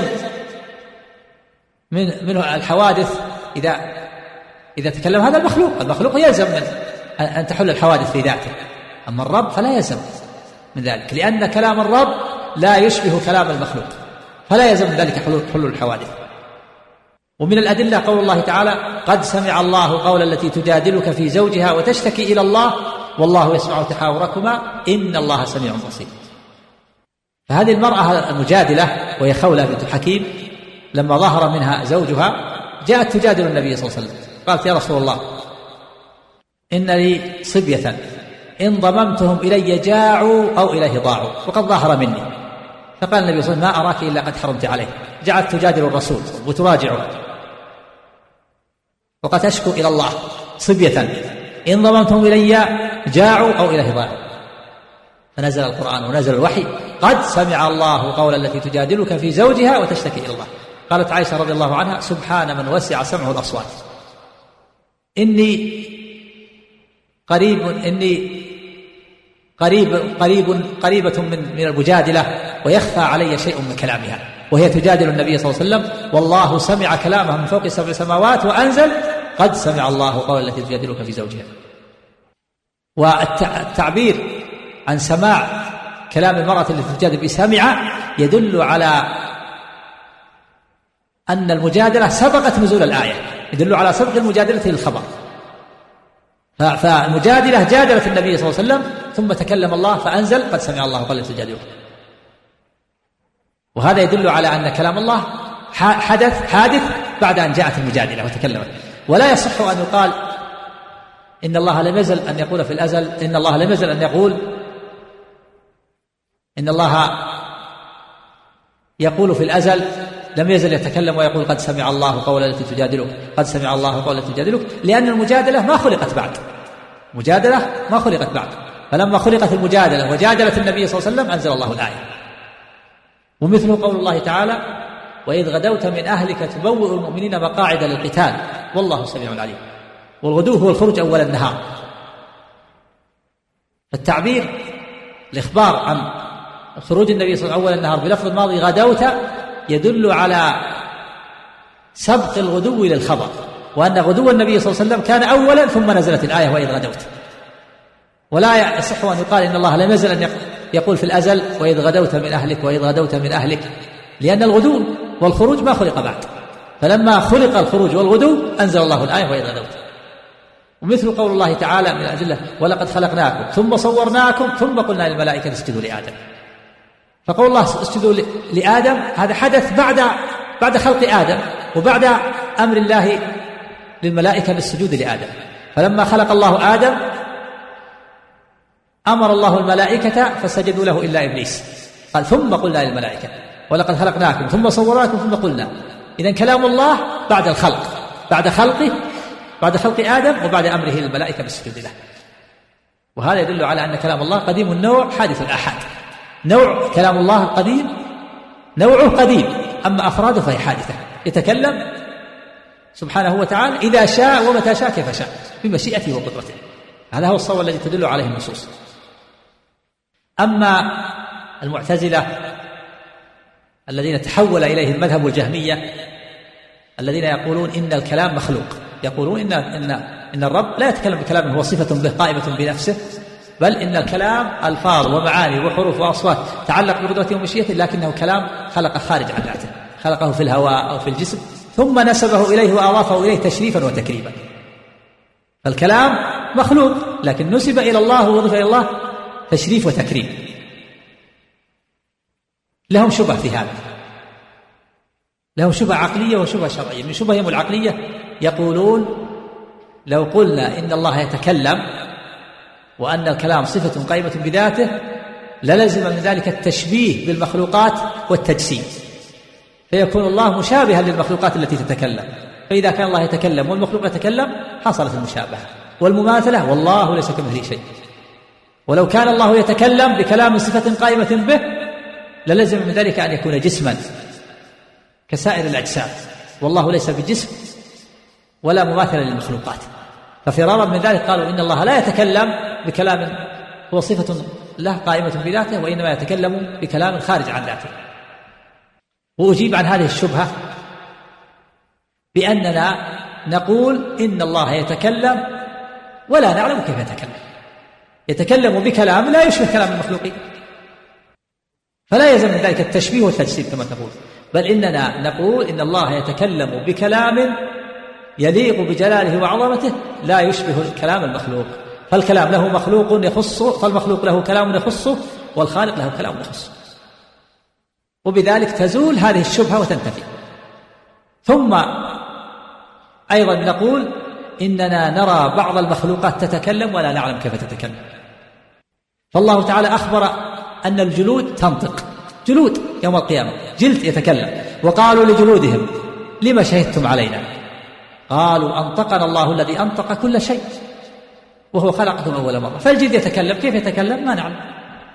منه الحوادث إذا تكلم هذا المخلوق يلزم من أن تحل الحوادث في ذاته، أما الرب فلا يلزم من ذلك، لأن كلام الرب لا يشبه كلام المخلوق، فلا يلزم من ذلك حلول الحوادث. ومن الأدلة قول الله تعالى قد سمع الله قول التي تجادلك في زوجها وتشتكي إلى الله والله يسمع تحاوركما إن الله سميع بصير. فهذه المرأة المجادلة وهي خولة بنت حكيم لما ظهر منها زوجها جاءت تجادل النبي صلى الله عليه وسلم، قالت يا رسول الله إن لي صبية إن ضممتهم إلي جاعوا أو إليه ضاعوا وقد ظهر مني. فقال النبي صلى الله عليه وسلم ما أراك إلا قد حرمت عليه. جعلت تجادل الرسول وتراجعه وقد تشكو إلى الله صبية إن ضممتهم إلي جاعوا أو إليه ضاعوا. فنزل القرآن ونزل الوحي قد سمع الله قول التي تجادلك في زوجها وتشتكي إلى الله. قالت عائشة رضي الله عنها سبحان من وسع سمعه الأصوات إني قريبة من المجادلة ويخفى علي شيء من كلامها، وهي تجادل النبي صلى الله عليه وسلم والله سمع كلامها من فوق 7 سماوات وأنزل قد سمع الله قول التي تجادلك في زوجها. والتعبير عن سماع كلام المرأة التي تجادل بسمع يدل على أن المجادلة سبقت نزول الآية، يدل على سبق المجادلة للخبر. فالمجادلة جادلت النبي صلى الله عليه وسلم ثم تكلم الله فأنزل قد سمع الله قول التي تجادلك. وهذا يدل على أن كلام الله حادث بعد أن جاءت المجادلة وتكلمت. ولا يصح أن يقال إن الله لم يزل أن يقول في الأزل إن الله لم يزل أن يقول إن الله يقول في الأزل لم يزل يتكلم ويقول قد سمع الله قول التي تجادلك قد سمع الله قول التي تجادلك، لأن المجادلة ما خلقت بعد. فلما خلقت المجادلة وجادلت النبي صلى الله عليه وسلم أنزل الله الآية. ومثله قول الله تعالى وإذ غدوت من أهلك تبوئ المؤمنين مقاعد للقتال والله سميع عليم. والغدو هو الخروج أول النهار. التعبير الإخبار عن خروج النبي صلى الله عليه وسلم أول النهار بلفظ الماضي غدوت يدل على سبق الغدو للخبر، وأن غدو النبي صلى الله عليه وسلم كان أولا ثم نزلت الآية وإذ غدوت. ولا يصح أن يقال إن الله لم يزل أن يقول في الأزل وإذ غدوت من أهلك وإذ غدوت من أهلك، لأن الغدو والخروج ما خلق بعد، فلما خلق الخروج والغدو أنزل الله الآية وإذ غدوت. ومثل قول الله تعالى من الأدلة ولقد خلقناكم ثم صورناكم ثم قلنا للملائكة اسجدوا لآدم. فقول الله اسجدوا لآدم هذا حدث بعد خلق آدم وبعد أمر الله للملائكة بالسجود لآدم. فلما خلق الله آدم أمر الله الملائكة فسجدوا له إلا إبليس، قال ثم قلنا للملائكة ولقد خلقناكم ثم صورناكم ثم قلنا. إذن كلام الله بعد الخلق، بعد خلق آدم وبعد أمره للملائكة بالسجود له. وهذا يدل على أن كلام الله قديم النوع حادث الآحاد. نوع كلام الله القديم نوعه قديم، أما أفراده فهي حادثة، يتكلم سبحانه وتعالى إذا شاء ومتى شاء كيف شاء بمشيئته وقدرته. هذا هو الصواب الذي تدل عليه النصوص. أما المعتزلة الذين تحول إليهم مذهب الجهمية الذين يقولون إن الكلام مخلوق، يقولون إن الرب لا يتكلم بكلام هو صفة به قائمة بنفسه، بل إن الكلام ألفاظ ومعاني وحروف وأصوات تعلق بقدرته ومشيئته، لكنه كلام خلق خارج عن ذاته، خلقه في الهواء أو في الجسم ثم نسبه إليه وأضافه إليه تشريفا وتكريما. فالكلام مخلوق لكن نسب إلى الله ووظف إلى الله تشريف وتكريم. لهم شبه في هذا، لهم شبه عقلية وشبه شرعية. من شبههم العقلية يقولون لو قلنا إن الله يتكلم وأن الكلام صفة قائمة بذاته للزم من ذلك التشبيه بالمخلوقات والتجسيم، فيكون الله مشابها للمخلوقات التي تتكلم. فإذا كان الله يتكلم والمخلوق يتكلم حصلت المشابهة والمماثلة، والله ليس كمثله شيء. ولو كان الله يتكلم بكلام صفة قائمة به للزم من ذلك أن يكون جسما كسائر الأجسام، والله ليس بجسم ولا مماثل للمخلوقات. ففرارا من ذلك قالوا إن الله لا يتكلم بكلام هو صفة له قائمة بذاته، وإنما يتكلم بكلام خارج عن ذاته. وأجيب عن هذه الشبهة بأننا نقول إن الله يتكلم ولا نعلم كيف يتكلم بكلام لا يشبه كلام المخلوقين، فلا يلزم من ذلك التشبيه والتجسيم كما تقول، بل إننا نقول إن الله يتكلم بكلام يليق بجلاله وعظمته لا يشبه الكلام المخلوق. فالكلام له مخلوق يخصه، فالمخلوق له كلام يخصه، والخالق له كلام يخصه، وبذلك تزول هذه الشبهة وتنتفي. ثم أيضا نقول إننا نرى بعض المخلوقات تتكلم ولا نعلم كيف تتكلم. فالله تعالى أخبر أن الجلود تنطق، جلود يوم القيامة جلد يتكلم، وقالوا لجلودهم لما شهدتم علينا؟ قالوا أنطقنا الله الذي أنطق كل شيء وهو خلقكم أول مرة. فالجلد يتكلم، كيف يتكلم؟ ما نعلم.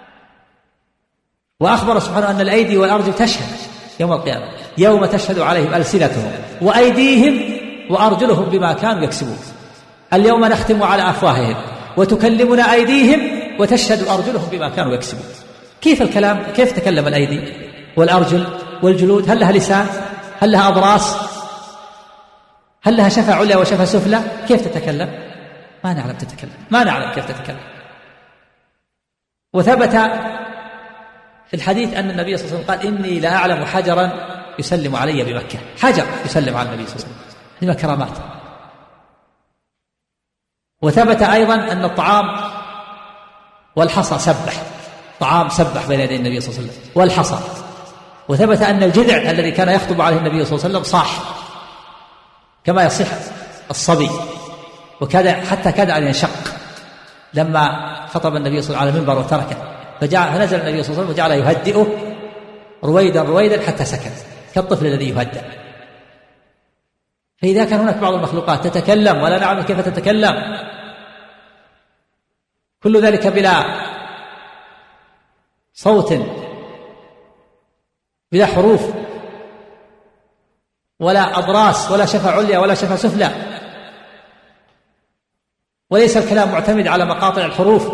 وأخبر سبحانه أن الأيدي والأرجل تشهد يوم القيامة، يوم تشهد عليهم ألسنتهم وأيديهم وأرجلهم بما كانوا يكسبون. اليوم نختم على أفواههم وتكلمنا أيديهم وتشهد أرجلهم بما كانوا يكسبون. كيف الكلام؟ كيف تكلم الأيدي والأرجل والجلود؟ هل لها لسان؟ هل لها أضراس؟ هل لها شفة عليا وشفة سفلى؟ كيف تتكلم؟ ما نعلم تتكلم، ما نعلم كيف تتكلم. وثبت في الحديث أن النبي صلى الله عليه وسلم قال إني لا أعلم حجرا يسلم علي بمكة، حجر يسلم على النبي صلى الله عليه وسلم، هذه كرامات. وثبت أيضا أن الطعام والحصى سبح، طعام سبح بين يدي النبي صلى الله عليه وسلم والحصى. وثبت أن الجذع الذي كان يخطب عليه النبي صلى الله عليه وسلم صاح كما يصح الصبي، وكاد حتى كاد أن ينشق لما خطب النبي صلى الله عليه وسلم على المنبر وتركه، فنزل النبي صلى الله عليه وسلم وجعل يهدئه رويدا رويدا حتى سكت كالطفل الذي يهدأ. فإذا كان هناك بعض المخلوقات تتكلم ولا نعلم كيف تتكلم، كل ذلك بلا صوت بلا حروف ولا أضراس ولا شفة عليا ولا شفة سفلى، وليس الكلام معتمد على مقاطع الحروف.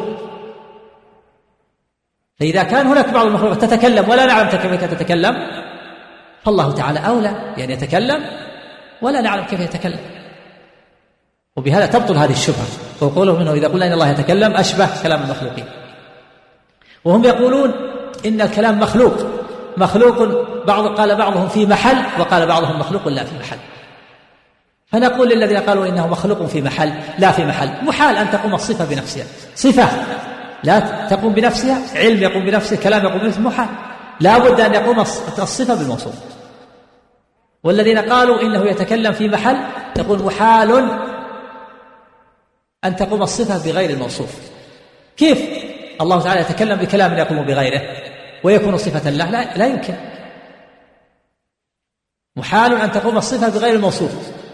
فإذا كان هناك بعض المخلوقات تتكلم ولا نعلم كيف تتكلم، فالله تعالى أولى بأن يتكلم ولا نعلم كيف يتكلم. وبهذا تبطل هذه الشبهة. وقوله منه إذا قلنا إن الله يتكلم أشبه كلام المخلوقين. وهم يقولون إن الكلام مخلوق قال بعضهم في محل وقال بعضهم مخلوق لا في محل. فنقول للذين قالوا إنه مخلوق في محل لا في محل، محال أن تقوم الصفة بنفسها، صفة لا تقوم بنفسها، علم يقوم بنفسه، كلام يقوم بنفسه، محال، لا بد أن يقوم الصفة بالموصوف. والذين قالوا إنه يتكلم في محل يقول محال أن تقوم الصفة بغير الموصوف. كيف الله تعالى يتكلم بكلام يقوم بغيره ويكون صفة له؟ لا يمكن. محال أن تقوم الصفة بغير الموصوف.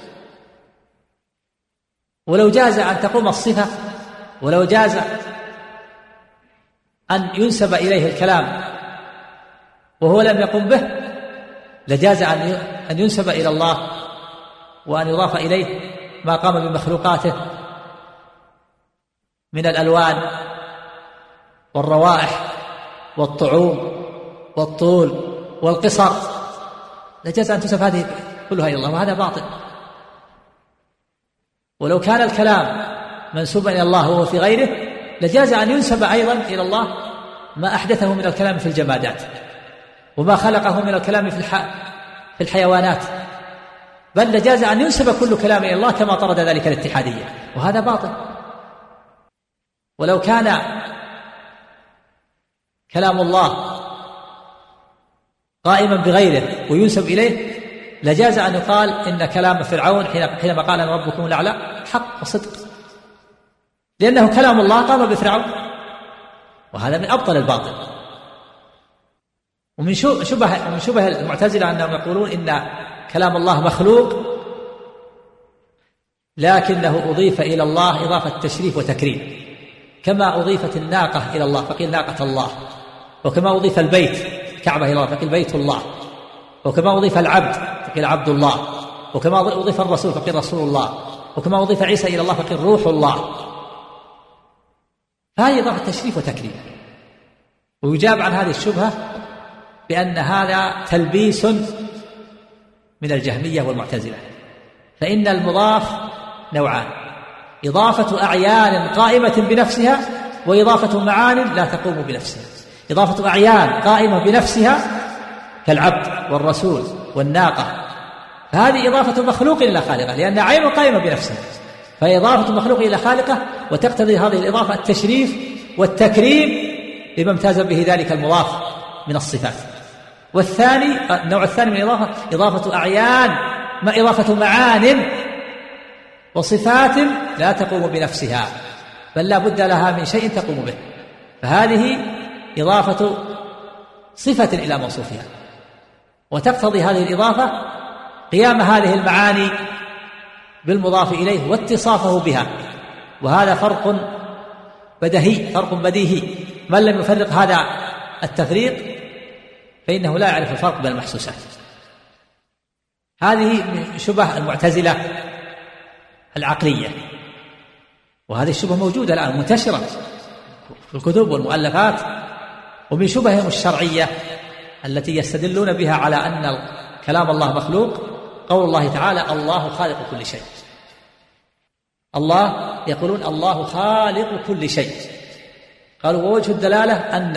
ولو جاز أن تقوم الصفة، ولو جاز أن ينسب إليه الكلام وهو لم يقم به، لجاز أن ينسب إلى الله وأن يضاف إليه ما قام بمخلوقاته من الألوان والروائح والطعوم والطول والقصر، لجاز أن تنسب هذه كلها إلى الله، وهذا باطل. ولو كان الكلام منسوبا إلى الله وهو في غيره، لجاز أن ينسب أيضا إلى الله ما أحدثه من الكلام في الجمادات وما خلقه من الكلام في الحيوانات، بل لجاز أن ينسب كل كلام إلى الله كما طرد ذلك الاتحادية، وهذا باطل. ولو كان كلام الله قائما بغيره وينسب إليه، لجاز أن يقال إن كلام فرعون حينما قال أنا ربكم الأعلى حق وصدق، لأنه كلام الله قام بفرعون، وهذا من أبطل الباطل. ومن شبه المعتزلة أنهم يقولون إن كلام الله مخلوق لكنه أضيف إلى الله إضافة تشريف وتكريم، كما أضيفت الناقة إلى الله فقيل ناقة الله، وكما أضيف البيت الكعبة إلى الله فقيل بيت الله، وكما أضيف العبد فقيل عبد الله، وكما أضيف الرسول فقيل رسول الله، وكما أضيف عيسى إلى الله فقيل روح الله. فهذه إضافة تشريف وتكريم. ويجاب عن هذه الشبهة بأن هذا تلبيس من الجهمية والمعتزلة، فإن المضاف نوعان: إضافة أعيان قائمة بنفسها، وإضافة معان لا تقوم بنفسها. إضافة أعيان قائمة بنفسها كالعبد والرسول والناقة، فهذه إضافة مخلوق إلى خالقه لأن عين قائمة بنفسها، فإضافة مخلوق إلى خالقه، وتقتضي هذه الإضافة التشريف والتكريم لما امتاز به ذلك المضاف من الصفات. والثاني النوع الثاني من الإضافة إضافة أعيان ما إضافة معان وصفات لا تقوم بنفسها، بل لا بد لها من شيء تقوم به، فهذه إضافة صفة إلى موصوفها، وتقتضي هذه الإضافة قيام هذه المعاني بالمضاف إليه واتصافه بها. وهذا فرق بديهي، من لم يفرق هذا التفريق فإنه لا يعرف الفرق بين المحسوسات. هذه شبه المعتزلة العقلية، وهذه الشبه موجودة الآن منتشرة في الكتب والمؤلفات. ومن شبههم الشرعية التي يستدلون بها على أن كلام الله مخلوق قول الله تعالى: الله خالق كل شيء. الله يقولون الله خالق كل شيء، قالوا ووجه الدلالة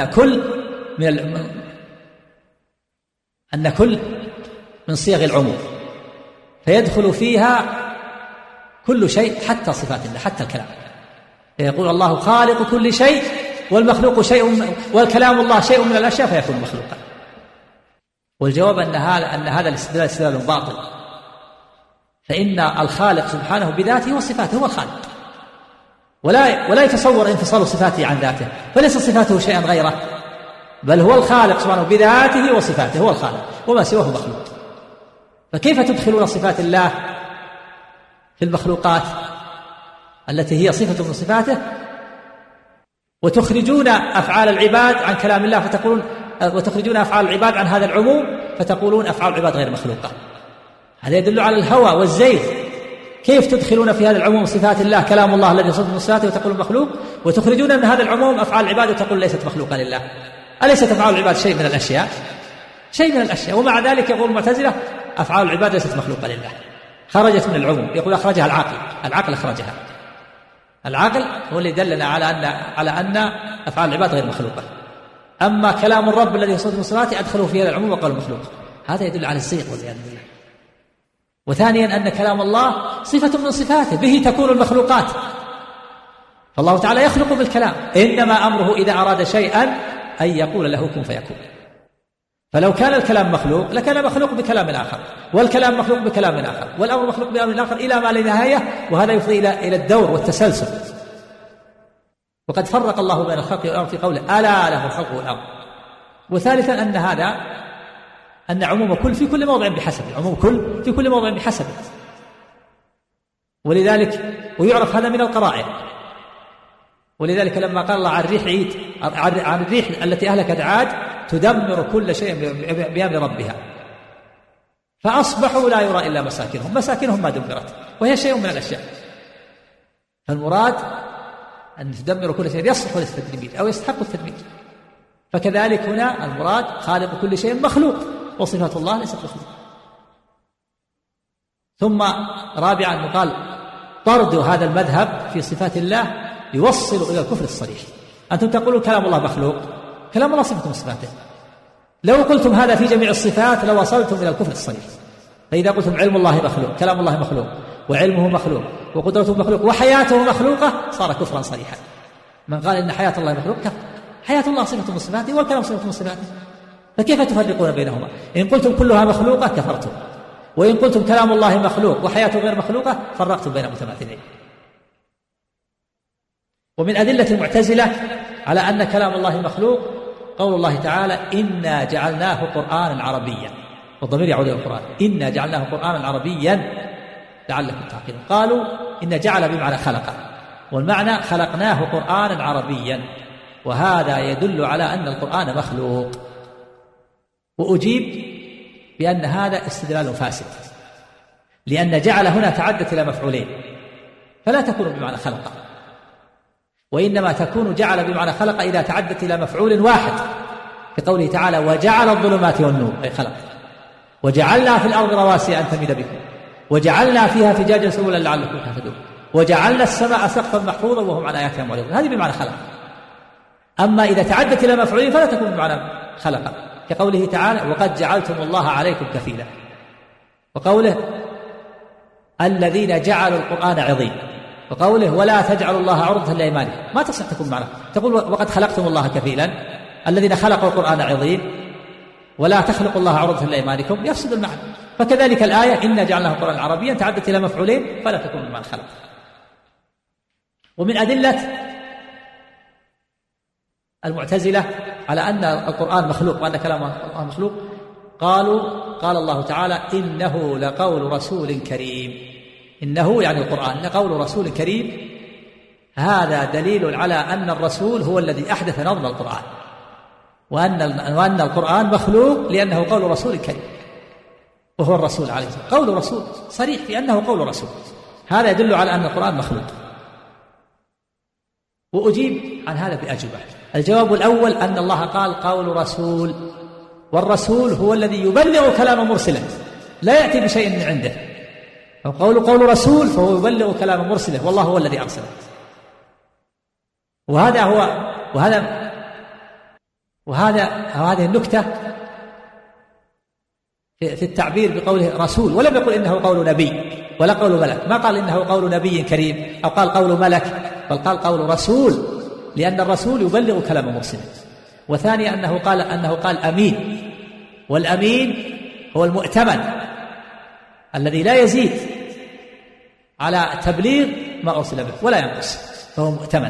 أن كل من صيغ العموم، فيدخل فيها كل شيء حتى صفات الله حتى الكلام. يقول الله خالق كل شيء والمخلوق شيء، والكلام الله شيء من الأشياء فيكون مخلوقا. والجواب أن هذا الاستدلال استدلال باطل، فإن الخالق سبحانه بذاته وصفاته هو الخالق، ولا يتصور انفصال صفاته عن ذاته، فليس صفاته شيئا غيره، بل هو الخالق سبحانه بذاته وصفاته، هو الخالق وما سواه مخلوق. فكيف تدخلون صفات الله في المخلوقات التي هي صفة من صفاته، وتخرجون أفعال العباد عن كلام الله فتقولون، وتخرجون أفعال العباد عن هذا العموم فتقولون أفعال العباد غير مخلوقة؟ هذا يدل على الهوى والزيغ. كيف تدخلون في هذا العموم صفات الله كلام الله الذي صفة من صفاته وتقولون مخلوق، وتخرجون من هذا العموم أفعال العباد وتقول ليست مخلوقة لله؟ أليست أفعال العباد شيء من الأشياء؟ شيء من الأشياء. ومع ذلك يقول المعتزلة أفعال العباد ليست مخلوقة لله، خرجت من العموم. يقول أخرجها العقل أخرجها. العقل هو اللي دلنا على أن أفعال العباد غير مخلوقة. أما كلام الرب الذي صفة من صفاته أدخلوا في هذا العموم وقالوا مخلوق. هذا يدل على الزيغ والعياذ بالله. وثانيا أن كلام الله صفة من صفاته، به تكون المخلوقات، فالله تعالى يخلق بالكلام، إنما أمره إذا أراد شيئا أن يقول له كن فيكون. فلو كان الكلام مخلوق لكان مخلوق بكلام آخر، والكلام مخلوق بكلام آخر، والأمر مخلوق بأمر آخر إلى ما لا نهاية، وهذا يفضي إلى الدور والتسلسل. وقد فرق الله بين الخلق والأمر في قوله ألا له الخلق والأمر. وثالثا أن عموم كل في كل موضع بحسبه، عموم كل في كل موضع بحسبه. ولذلك ويعرف هذا من القرائن. ولذلك لما قال الله عن الريح التي أهلكت عاد تدمر كل شيء بأمر ربها فأصبحوا لا يرى إلا مساكنهم ما دمرت، وهي شيء من الأشياء. فالمراد أن تدمر كل شيء يصلح للتدمير أو يستحق التدمير. فكذلك هنا المراد خالق كل شيء مخلوق، وصفات الله ليست مخلوق. ثم رابعا قال طرد هذا المذهب في صفات الله يوصل إلى الكفر الصريح. أنتم تقولون كلام الله مخلوق، كلام الله صفة من صفاته. لو قلتم هذا في جميع الصفات لوصلتم إلى الكفر الصريح. فإذا قلتم علم الله مخلوق، كلام الله مخلوق، وعلمه مخلوق، وقدرته مخلوق، وحياته مخلوقة، صار كفرا صريحا. من قال إن حياة الله مخلوق كفر. حياة الله صفة من صفاته والكلام صفة من صفاته، فكيف تفرقون بينهما؟ إن قلتم كلها مخلوقة كفرتم، وإن قلتم كلام الله مخلوق وحياته غير مخلوقة فرقتم بين متماثلين. ومن أدلة المعتزلة على أن كلام الله مخلوق قول الله تعالى إنا جعلناه قرآنا عربيا، والضمير يعود إلى القرآن، إنا جعلناه قرآنا عربيا لعلكم تعقلون. قالوا إن جعل بمعنى خلق، والمعنى خلقناه قرآنا عربيا، وهذا يدل على أن القرآن مخلوق. وأجيب بأن هذا استدلال فاسد، لأن جعل هنا تعدت إلى مفعولين، فلا تكون بمعنى خلق، وإنما تكون جعل بمعنى خلق إذا تعدت إلى مفعول واحد، في قوله تعالى وجعل الظلمات والنور، أي خلق. وجعلنا في الأرض رواسي أن تميد بكم، وجعلنا فيها فجاجا سبلا لعلكم تهتدون، وجعلنا السماء سقفا محفوظا وهم عن آياتها معرضون. هذه بمعنى خلق. أما إذا تعدت إلى مفعول فلا تكون بمعنى خلق، كقوله تعالى وقد جعلتم الله عليكم كفيلا، وقوله الذين جعلوا القرآن عظيم، وقوله ولا تجعلوا الله عرضة لأيمانكم. ما تصح تكون معنا، تقول وقد خلقتم الله كفيلا، الذين خلقوا القرآن عظيم، ولا تخلقوا الله عرضة لأيمانكم، يفسد المعنى. فكذلك الآية إنا جعلناه قرآنا عربيا تعدت إلى مفعولين فلا تكون بمعنى خلق. ومن أدلة المعتزلة على أن القرآن مخلوق وأن كلام الله مخلوق، قال الله تعالى إنه لقول رسول كريم. إنه يعني القرآن لقول رسول كريم، هذا دليل على أن الرسول هو الذي أحدث نظم القرآن، وأن القرآن مخلوق لأنه قول رسول كريم، وهو الرسول عليه الصلاة والسلام. قول رسول صريح في أنه قول رسول، هذا يدل على أن القرآن مخلوق. وأجيب عن هذا بأجوبة. الجواب الأول أن الله قال قول رسول، والرسول هو الذي يبلغ كلام مرسله، لا يأتي بشيء من عنده. قول رسول فهو يبلغ كلام مرسله، والله هو الذي أرسله. وهذه النكتة في التعبير بقوله رسول، ولم يقل إنه قول نبي ولا قول ملك، ما قال إنه قول نبي كريم أو قال قول ملك، بل قال قول رسول، لأن الرسول يبلغ كلام مرسله. وثانيا أنه قال أمين، والأمين هو المؤتمن الذي لا يزيد على تبليغ ما أرسل به ولا ينقص، فهو مؤتمن.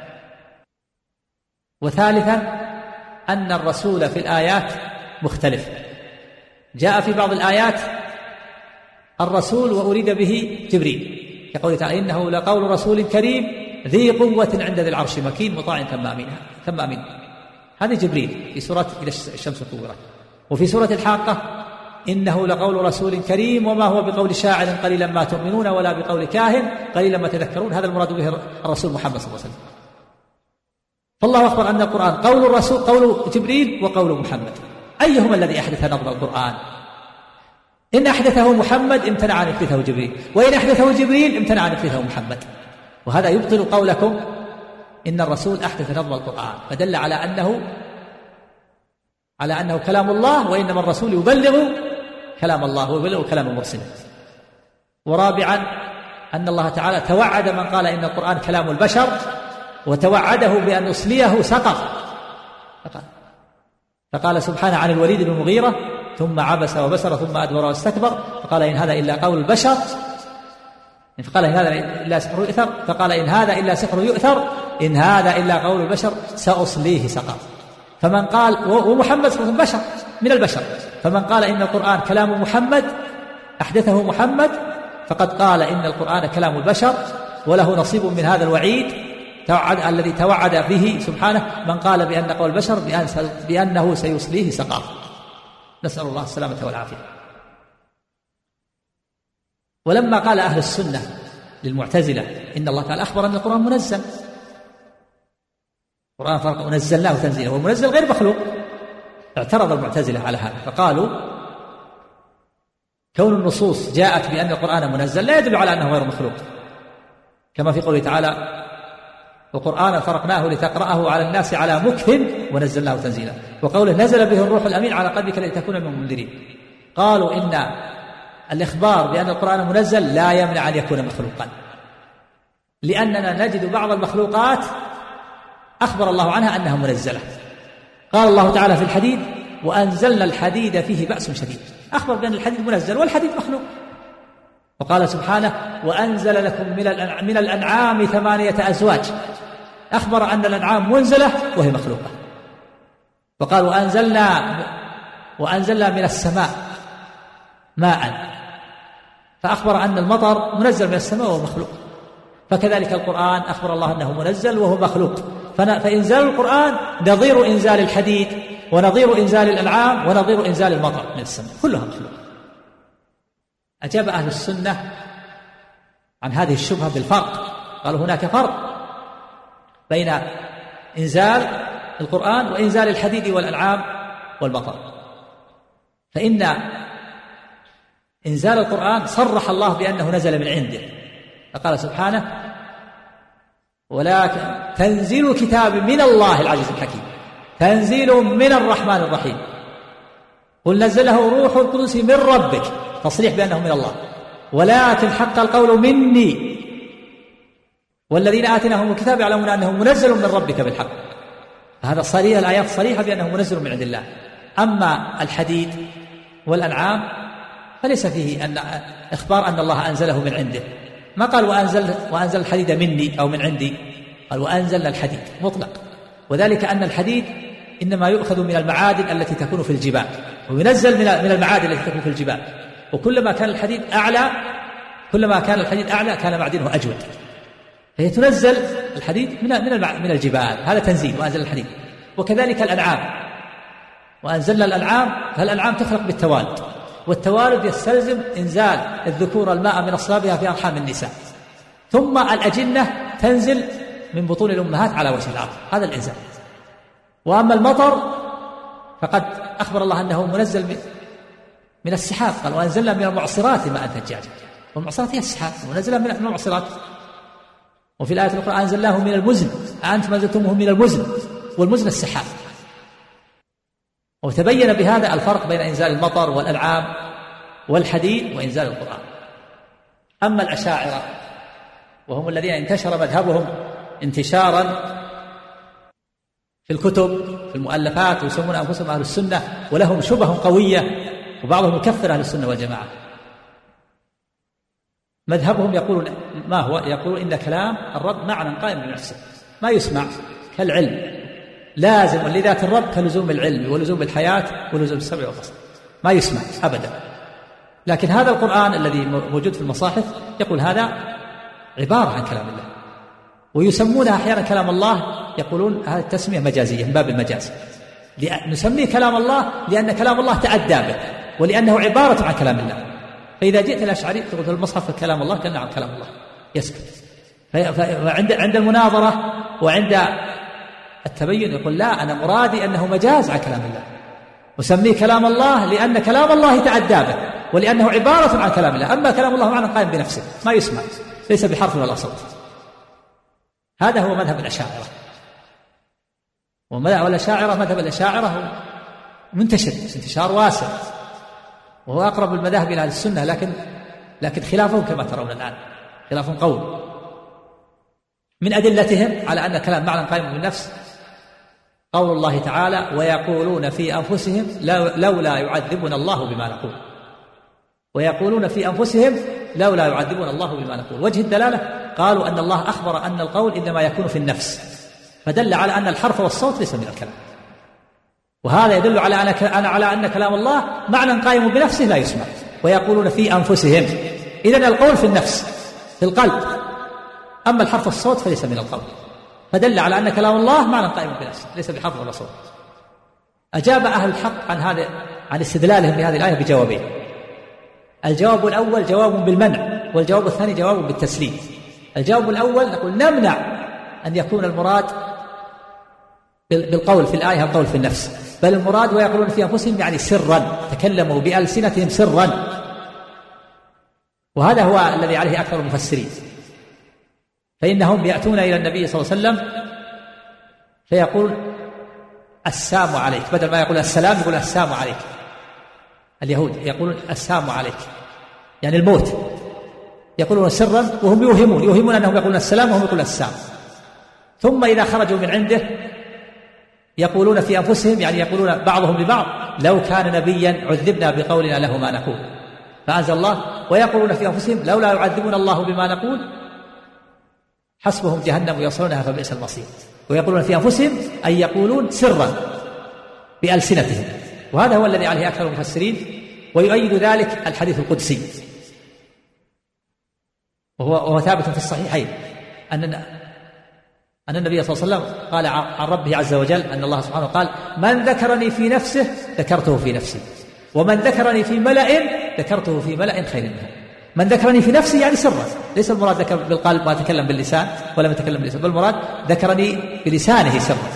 وثالثا أن الرسول في الآيات مختلف، جاء في بعض الآيات الرسول وأريد به جبريل، يقول تعالى إنه لقول رسول كريم ذي قوة عند ذي العرش مكين مطاع ثم أمين. هذا جبريل في سورة إذا الشمس كورت. وفي سورة الحاقة إنه لقول رسول كريم وما هو بقول شاعر قليلا ما تؤمنون ولا بقول كاهن قليلا ما تذكرون. هذا المراد به الرسول محمد صلى الله عليه وسلم. فالله أخبر أن القرآن قول الرسول، قول جبريل وقول محمد، أيهما الذي أحدث نظم القرآن؟ إن أحدثه محمد امتنع أن يحدثه جبريل، وإن أحدثه جبريل امتنع أن يحدثه محمد. وهذا يبطل قولكم إن الرسول أحدث نظم القرآن، فدل على أنه كلام الله، وإنما الرسول يبلغ كلام الله ويبلغ كلام المرسل. ورابعا أن الله تعالى توعد من قال إن القرآن كلام البشر، وتوعده بأن يصليه سقر، فقال سبحانه عن الوليد بن المغيرة ثم عبس وبسر ثم أدبر واستكبر فقال إن هذا إلا قول البشر، فقال إن هذا إلا سحر يؤثر، فقال إن هذا إلا سحر يؤثر، إن هذا إلا قول البشر سأصليه سقر. فمن قال ومحمد بشر من البشر، فمن قال إن القرآن كلام محمد أحدثه محمد فقد قال إن القرآن كلام البشر، وله نصيب من هذا الوعيد الذي توعد به سبحانه من قال بأن قول البشر بأنه سيصليه سقر. نسأل الله السلامة والعافية. ولما قال أهل السنة للمعتزلة إن الله تعالى أخبر أن القرآن منزل، القرآن فرق ونزلناه تنزيلا، والمنزل غير مخلوق، اعترض المعتزلة على هذا فقالوا كون النصوص جاءت بأن القرآن منزل لا يدل على أنه غير مخلوق، كما في قوله تعالى وقرآنا فرقناه لتقرأه على الناس على مكث ونزلناه تنزيلا، وقوله نزل به الروح الأمين على قلبك لتكون من المنذرين. قالوا إن الإخبار بأن القرآن منزل لا يمنع أن يكون مخلوقا، لأننا نجد بعض المخلوقات أخبر الله عنها أنها منزلة. قال الله تعالى في الحديد وأنزلنا الحديد فيه بأس شديد، أخبر بأن الحديد منزل والحديد مخلوق. وقال سبحانه وأنزل لكم من الأنعام 8 أزواج، أخبر أن الأنعام منزلة وهي مخلوقة. وقال وأنزلنا من السماء ماء، فأخبر أن المطر منزل من السماء وهو مخلوق. فكذلك القرآن أخبر الله أنه منزل وهو مخلوق. فإنزال القرآن نظير إنزال الحديد، ونظير إنزال الأنعام، ونظير إنزال المطر من السماء، كلها مخلوق. أجاب أهل السنة عن هذه الشبهة بالفرق، قالوا هناك فرق بين إنزال القرآن وإنزال الحديد والأنعام والمطر. فإن إنزال القرآن صرح الله بأنه نزل من عنده، فقال سبحانه: ولكن تنزيل كتاب من الله العزيز الحكيم، تنزيل من الرحمن الرحيم، قل نزله روح القدس من ربك، تصريح بأنه من الله، ولكن حق القول مني والذين آتيناهم الكتاب يعلمون أنه منزل من ربك بالحق. هذا صريح، الآيات صريحة بأنه منزل من عند الله. أما الحديد والأنعام فليس فيه أن إخبار أن الله أنزله من عنده، ما قال وأنزل الحديد مني أو من عندي، قال وأنزلنا الحديد مطلق، وذلك أن الحديد إنما يؤخذ من المعادن التي تكون في الجبال، وينزل من المعادن التي تكون في الجبال، وكلما كان الحديد أعلى كان معدنه أجود، فهي تنزل الحديد من الجبال، هذا تنزيل وأنزل الحديد. وكذلك الأنعام، وأنزلنا الأنعام، فالأنعام تخلق بالتوالد، والتوالد يستلزم إنزال الذكور الماء من أصلابها في أرحام النساء، ثم الأجنة تنزل من بطون الأمهات على وجه الأرض، هذا الإنزال. وأما المطر فقد أخبر الله أنه منزل من السحاب، قال وأنزلنا من المعصرات ماء ثجاجا، والمعصرات هي السحاب، ونزلنا من المعصرات. وفي الآية الأخرى أنزلناه من المزن أأنتم أنزلتموه من المزن، والمزن السحاب. وتبين بهذا الفرق بين إنزال المطر والأنعام والحديد وإنزال القرآن. أما الأشاعرة وهم الذين انتشر مذهبهم انتشارا في الكتب في المؤلفات، ويسمون أنفسهم أهل السنة، ولهم شبه قوية، وبعضهم يكفر أهل السنة والجماعة. مذهبهم يقولون ما هو؟ يقولون إن كلام الرب معنى قائم بنفسه ما يسمع، كالعلم لازم لذات الرب كلزوم العلم ولزوم الحياة ولزوم السمع والبصر، ما يسمع أبدا. لكن هذا القرآن الذي موجود في المصاحف يقول هذا عبارة عن كلام الله، ويسمونها أحيانا كلام الله، يقولون هذه التسمية مجازية من باب المجاز، نسميه كلام الله لأن كلام الله تأدى به، ولأنه عبارة عن كلام الله. فإذا جئت الأشعري تقول في المصحف كلام الله، قال نعم كلام الله، يسكت. عند المناظرة وعند التبين يقول لا، أنا مرادي أنه مجاز عن كلام الله، وسميه كلام الله لأن كلام الله تأدى به، ولأنه عبارة عن كلام الله. أما كلام الله معنى قائم بنفسه ما يسمع، ليس بحرف ولا صوت. هذا هو مذهب الأشاعرة. والأشاعرة مذهب الأشاعرة منتشر انتشار واسع، وهو أقرب المذاهب إلى السنة، لكن خلافهم كما ترون الآن خلاف قوي. من أدلتهم على أن كلام معنى قائم بالنفس قول الله تعالى: ويقولون في أنفسهم لولا يعذبنا الله بما نقول، ويقولون في أنفسهم لولا يعذبنا الله بما نقول. وجه الدلالة قالوا أن الله أخبر أن القول إنما يكون في النفس، فدل على أن الحرف والصوت ليس من الكلام، وهذا يدل على أن كلام الله معنى قائم بنفسه لا يسمع. ويقولون في أنفسهم، إذن القول في النفس في القلب، أما الحرف والصوت فليس من القول، فدل على أن كلام الله معنى قائم بنفسه ليس بحرف ولا صوت. أجاب أهل الحق عن استدلالهم بهذه الآية بجوابين. الجواب الأول جواب بالمنع، والجواب الثاني جواب بالتسليم. الجواب الأول نقول نمنع أن يكون المراد بالقول في الآية القول في النفس، بل المراد ويقولون في أنفسهم يعني سرا، تكلموا بألسنتهم سرا، وهذا هو الذي عليه أكثر المفسرين. فإنهم يأتون إلى النبي صلى الله عليه وسلم فيقول السلام عليك، بدل ما يقول السلام يقول السلام عليك. اليهود يقولون السلام عليك يعني الموت، يقولون سرا وهم يوهمون أنهم يقولون السلام وهم يقولون السلام. ثم إذا خرجوا من عنده يقولون في أنفسهم يعني يقولون بعضهم لبعض لو كان نبيا عذبنا بقولنا له ما نقول، فأنزل الله ويقولون في أنفسهم لولا يعذبنا الله بما نقول حسبهم جهنم يصلونها فبئس المصير. ويقولون في أنفسهم أي يقولون سرا، بألسنتهم، وهذا هو الذي عليه أكثر المفسرين، ويؤيد ذلك الحديث القدسي، وهو ثابت في الصحيحين أن النبي صلى الله عليه وسلم قال عن ربه عز وجل أن الله سبحانه قال: من ذكرني في نفسه ذكرته في نفسي، ومن ذكرني في ملأ ذكرته في ملأ خير منه. من ذكرني في نفسي يعني سرا، ليس المراد ذكر بالقلب ما تكلم باللسان ولا ما تكلم باللسان، بل المراد ذكرني بلسانه سرا.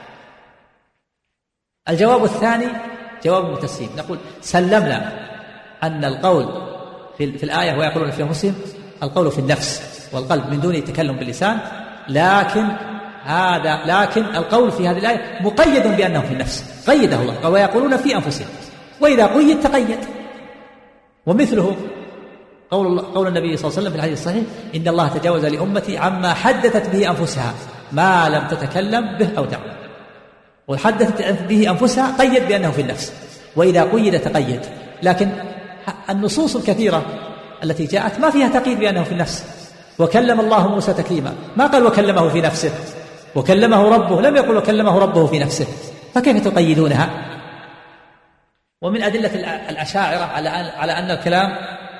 الجواب الثاني جواب المتسليم، نقول سلمنا أن القول في الآية ويقولون في أنفسهم القول في النفس والقلب من دون تكلم باللسان، لكن القول في هذه الآية مقيد بأنه في النفس، قيده الله ويقولون في أنفسهم، وإذا قيد تقيد. ومثله قول النبي صلى الله عليه وسلم في الحديث الصحيح: إن الله تجاوز لأمتي عما حدثت به أنفسها ما لم تتكلم به أو تعمل. وحدثت به أنفسها قيد بأنه في النفس، وإذا قيد تقيد. لكن النصوص الكثيرة التي جاءت ما فيها تقييد بأنه في النفس. وكلم الله موسى تكليما، ما قال وكلمه في نفسه، وكلمه ربه، لم يقل وكلمه ربه في نفسه، فكيف تقيدونها؟ ومن أدلة الأشاعرة على أن الكلام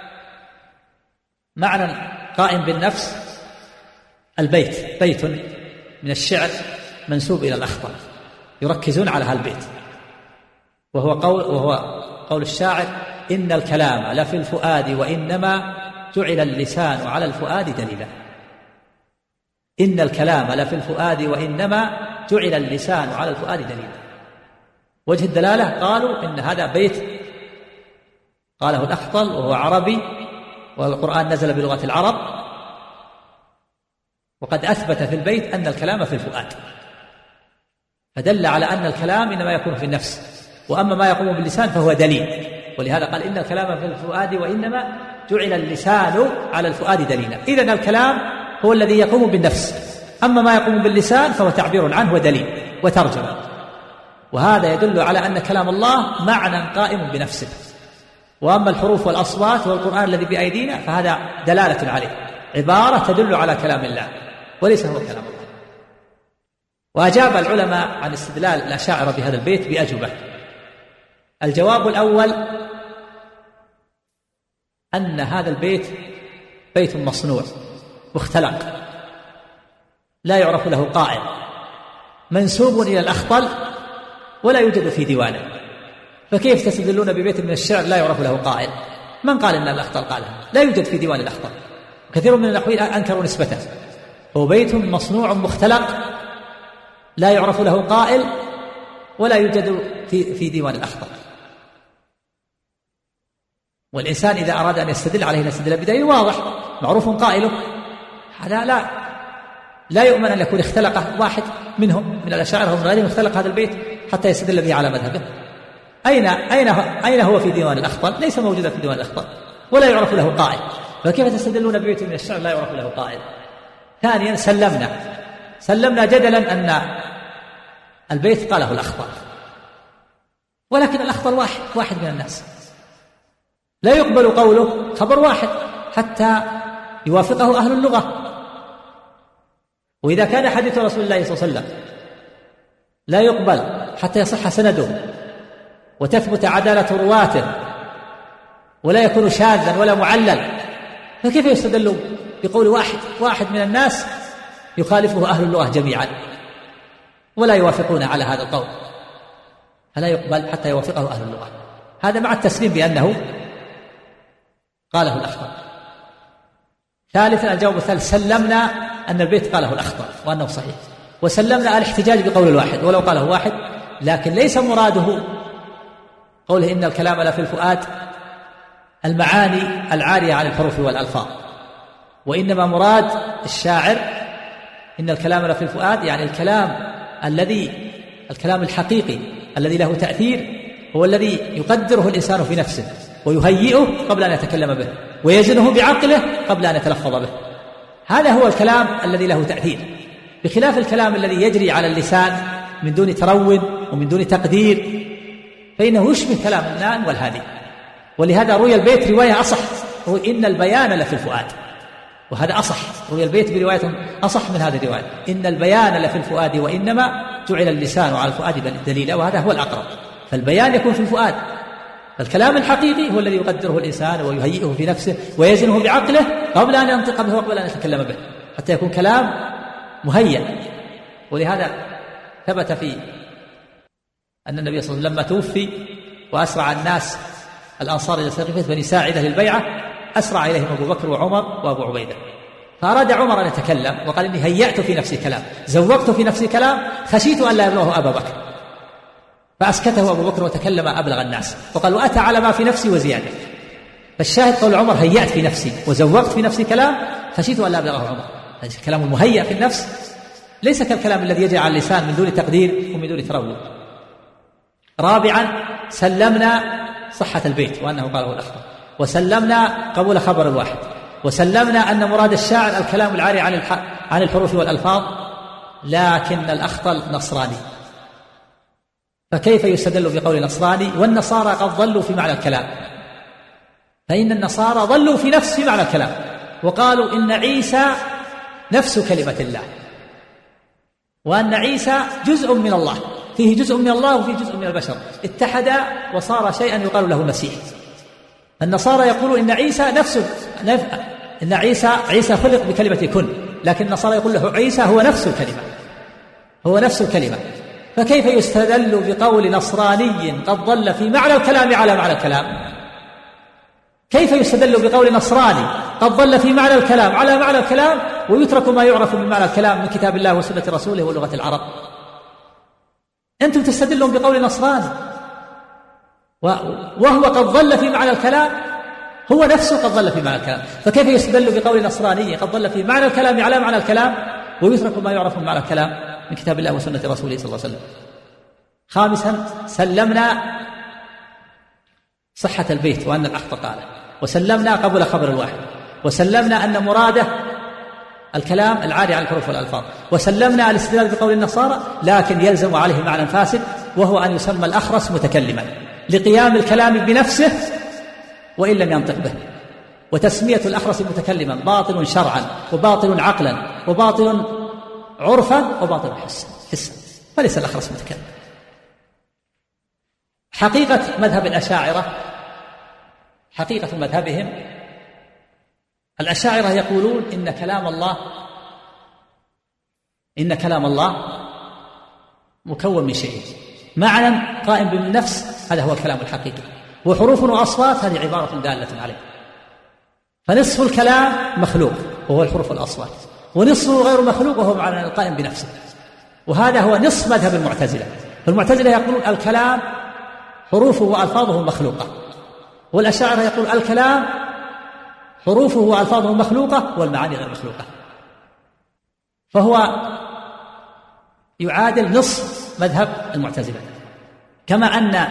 معنى قائم بالنفس بيت من الشعر منسوب إلى الأخطل، يركزون على هذا البيت، وهو قول الشاعر: إن الكلام لفي الفؤاد وإنما جعل اللسان على الفؤاد دليلا. إن الكلام لفي الفؤاد وإنما جعل اللسان على الفؤاد دليلا. وجه الدلالة قالوا إن هذا بيت قاله الأخطل وهو عربي، والقرآن نزل بلغة العرب، وقد أثبت في البيت أن الكلام في الفؤاد، فدل على أن الكلام إنما يكون في النفس، وأما ما يقوم باللسان فهو دليل. ولهذا قال: إن الكلام في الفؤاد وإنما جعل اللسان على الفؤاد دليلا. إذن الكلام هو الذي يقوم بالنفس، أما ما يقوم باللسان فهو تعبير عنه ودليل وترجمة. وهذا يدل على أن كلام الله معنى قائم بنفسه. وأما الحروف والأصوات والقرآن الذي بأيدينا فهذا دلالة عليه، عبارة تدل على كلام الله وليس هو كلام الله. وأجاب العلماء عن استدلال الأشاعرة بهذا البيت بأجوبة. الجواب الأول أن هذا البيت بيت مصنوع مختلق لا يعرف له قائل، منسوب إلى الأخطل ولا يوجد في ديوانه، فكيف تستدلون ببيت من الشعر لا يعرف له قائل؟ من قال إن الأخطل قالها؟ لا يوجد في ديوان الأخطل، كثير من النحويين أنكروا نسبته. هو بيت مصنوع مختلق لا يعرف له قائل ولا يوجد في ديوان الأخطل. والإنسان إذا أراد أن يستدل عليه يستدل بدليل واضح معروف قائله، هذا لا يؤمن أن يكون اختلق واحد منهم من الأشاعرة ومن غيرهم اختلق هذا البيت حتى يستدل به على مذهبه. أين هو في ديوان الأخطل؟ ليس موجودا في ديوان الأخطل ولا يعرف له قائل، فكيف تستدلون ببيت من الشعر لا يعرف له قائل؟ ثانيا سلمنا جدلا أن البيت قاله الأخطل، ولكن الأخطل واحد من الناس، لا يقبل قوله خبر واحد حتى يوافقه أهل اللغة. وإذا كان حديث رسول الله صلى الله عليه وسلم لا يقبل حتى يصح سنده وتثبت عدالة رواته ولا يكون شاذا ولا معلل، فكيف يستدل بقول واحد من الناس يخالفه أهل اللغة جميعا ولا يوافقون على هذا القول؟ فلا يقبل حتى يوافقه أهل اللغة. هذا مع التسليم بأنه قاله الأخطل. ثالثا الجواب الثالث، سلمنا أن البيت قاله الأخطل وأنه صحيح، وسلمنا الاحتجاج بقول الواحد ولو قاله واحد، لكن ليس مراده قوله إن الكلام لا في الفؤاد المعاني العارية عن الحروف والألفاظ، وإنما مراد الشاعر إن الكلام لا في الفؤاد يعني الكلام الحقيقي الذي له تأثير، هو الذي يقدره الإنسان في نفسه ويهيئه قبل أن يتكلم به ويزنه بعقله قبل أن يتلفظ به. هذا هو الكلام الذي له تأثير، بخلاف الكلام الذي يجري على اللسان من دون ترون ومن دون تقدير، فإنه يشبه كلام النائم والهادي. ولهذا روي البيت رواية أصح، هو إن البيان لفي الفؤاد، وهذا أصح، روي البيت برواية أصح من هذه الرواية: إن البيان لفي الفؤاد وإنما جعل اللسان على الفؤاد دليلا، وهذا هو الأقرب. فالبيان يكون في الفؤاد، فالكلام الحقيقي هو الذي يقدره الإنسان ويهيئه في نفسه ويزنه بعقله قبل أن ينطق به وقبل أن يتكلم به، حتى يكون كلام مهيأ. ولهذا ثبت في أن النبي صلى الله عليه وسلم لما توفي وأسرع الناس الأنصار إلى سقيفة بني ساعدة للبيعة، أسرع إليهم أبو بكر وعمر وأبو عبيدة، فأراد عمر أن يتكلم وقال: إني هيأت في نفسي كلام، زوقت في نفسي كلام، خشيت أن لا يبلغه أبا بكر، فأسكته أبو بكر وتكلم أبلغ الناس وقال: وأتى على ما في نفسي وزيادة. فالشاهد قول عمر: هيأت في نفسي وزوقت في نفسي كلام، خشيت أن لا يبلغه عمر. هذا الكلام المهيأ في النفس ليس كالكلام الذي يجري على اللسان من دون تقدير ومن دون تروي. رابعا: سلمنا صحة البيت وأنه قاله الأخطر، وسلمنا قبول خبر الواحد، وسلمنا أن مراد الشاعر الكلام العاري عن الحروف والألفاظ، لكن الأخطل نصراني. فكيف يستدل بقول نصراني والنصارى قد ضلوا في معنى الكلام؟ فإن النصارى ضلوا في معنى الكلام، وقالوا إن عيسى نفس كلمة الله، وأن عيسى جزء من الله، فيه جزء من الله وفيه جزء من البشر، اتحد وصار شيئا يقال له المسيح. النصارى يقولون إن عيسى إن عيسى خلق بكلمة كن، لكن النصارى يقول له عيسى هو نفس الكلمة. فكيف يستدل بقول نصراني قد ضل في معنى الكلام على معنى الكلام؟ كيف يستدل بقول نصراني قد ضل في معنى الكلام على معنى الكلام ويترك ما يعرف من معنى الكلام من كتاب الله وسنة رسوله ولغة العرب؟ أنتم تستدلون بقول نصراني وهو قد ضل في معنى الكلام، هو نفسه قد ضل في معنى الكلام، فكيف يستدل بقول نصراني قد ضل في معنى الكلام على معنى الكلام ويترك ما يعرف من معنى الكلام من كتاب الله وسنة رسوله صلى الله عليه وسلم؟ خامسا: سلمنا صحة البيت وأن الأخطر قاله، وسلمنا قبول خبر الواحد، وسلمنا أن مراده الكلام العاري عن الحروف والألفاظ، وسلمنا الاستدلال بقول النصارى، لكن يلزم عليه معنى فاسد، وهو أن يسمى الأخرس متكلما لقيام الكلام بنفسه وإن لم ينطق به. وتسمية الأخرس متكلما باطل شرعا وباطل عقلا وباطل عرفا وباطل حسا، فليس الأخرس متكلم. حقيقة مذهب الأشاعرة، حقيقة مذهبهم، الأشاعرة يقولون إن كلام الله مكون من شيء: معنى قائم بالنفس، هذا هو الكلام الحقيقي، وحروف وأصوات، هذه عبارة دالة عليه. فنصف الكلام مخلوق وهو الحروف والأصوات، ونصفه غير مخلوق وهو معنى القائم بنفسه، وهذا هو نصف مذهب المعتزلة. فالمعتزلة يقولون الكلام حروفه وألفاظه مخلوقة، والأشاعرة يقول الكلام حروفه وألفاظه مخلوقة والمعاني غير مخلوقة. فهو يعادل نصف مذهب المعتزلة. كما أن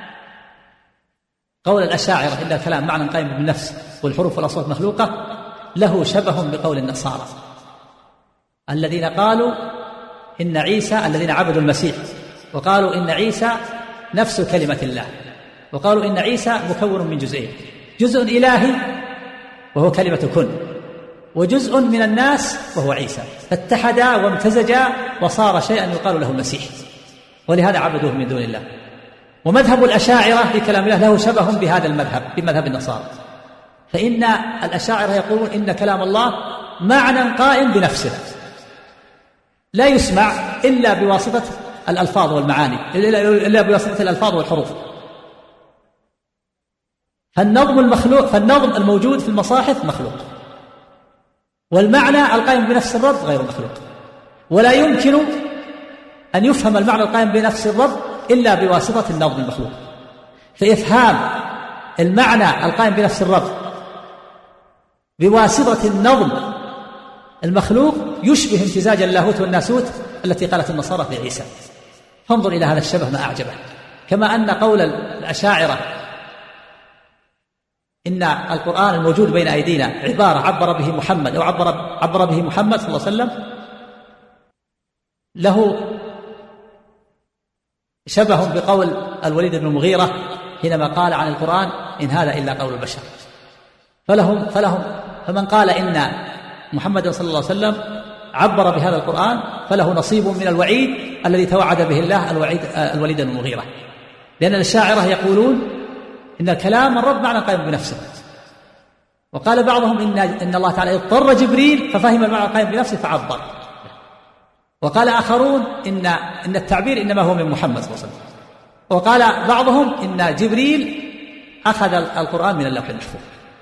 قول الأشاعرة إن الكلام معنى قائم بالنفس والحروف والأصوات مخلوقة له شبه بقول النصارى الذين قالوا إن عيسى، الذين عبدوا المسيح وقالوا إن عيسى نفس كلمة الله، وقالوا إن عيسى مكون من جزئين: جزء إلهي وهو كلمة كن، وجزء من الناس وهو عيسى، فاتحدا وامتزجا وصار شيئا يقال له المسيح، ولهذا عبدوه من دون الله. ومذهب الأشاعرة في كلام الله له شبه بهذا المذهب، بمذهب النصارى. فإن الأشاعرة يقولون إن كلام الله معنى قائم بنفسه لا يسمع إلا بواسطة الألفاظ والمعاني، إلا بواسطة الألفاظ والحروف. فالنظم الموجود في المصاحف مخلوق، والمعنى القائم بنفس الرب غير مخلوق، ولا يمكن أن يفهم المعنى القائم بنفس الرب إلا بواسطة النظم المخلوق. فإفهام المعنى القائم بنفس الرب بواسطة النظم المخلوق يشبه امتزاج اللاهوت والناسوت التي قالت النصارى في عيسى. فانظر إلى هذا الشبه ما أعجبه. كما أن قول الأشاعرة إن القرآن الموجود بين أيدينا عبارة عبر به محمد أو عبر به محمد صلى الله عليه وسلم له شبه بقول الوليد بن المغيرة حينما قال عن القرآن إن هذا إلا قول البشر. فمن قال إن محمد صلى الله عليه وسلم عبر بهذا القرآن فله نصيب من الوعيد الذي توعد به الله الوليد بن المغيرة، لأن الأشاعرة يقولون إن كلام الرب معنى قائم بنفسه، وقال بعضهم إن الله تعالى اضطر جبريل ففهم المعنى قائم بنفسه فعبر، وقال آخرون إن التعبير إنما هو من محمد صلى الله عليه وسلم، وقال بعضهم إن جبريل أخذ القرآن من اللوح المحفوظ.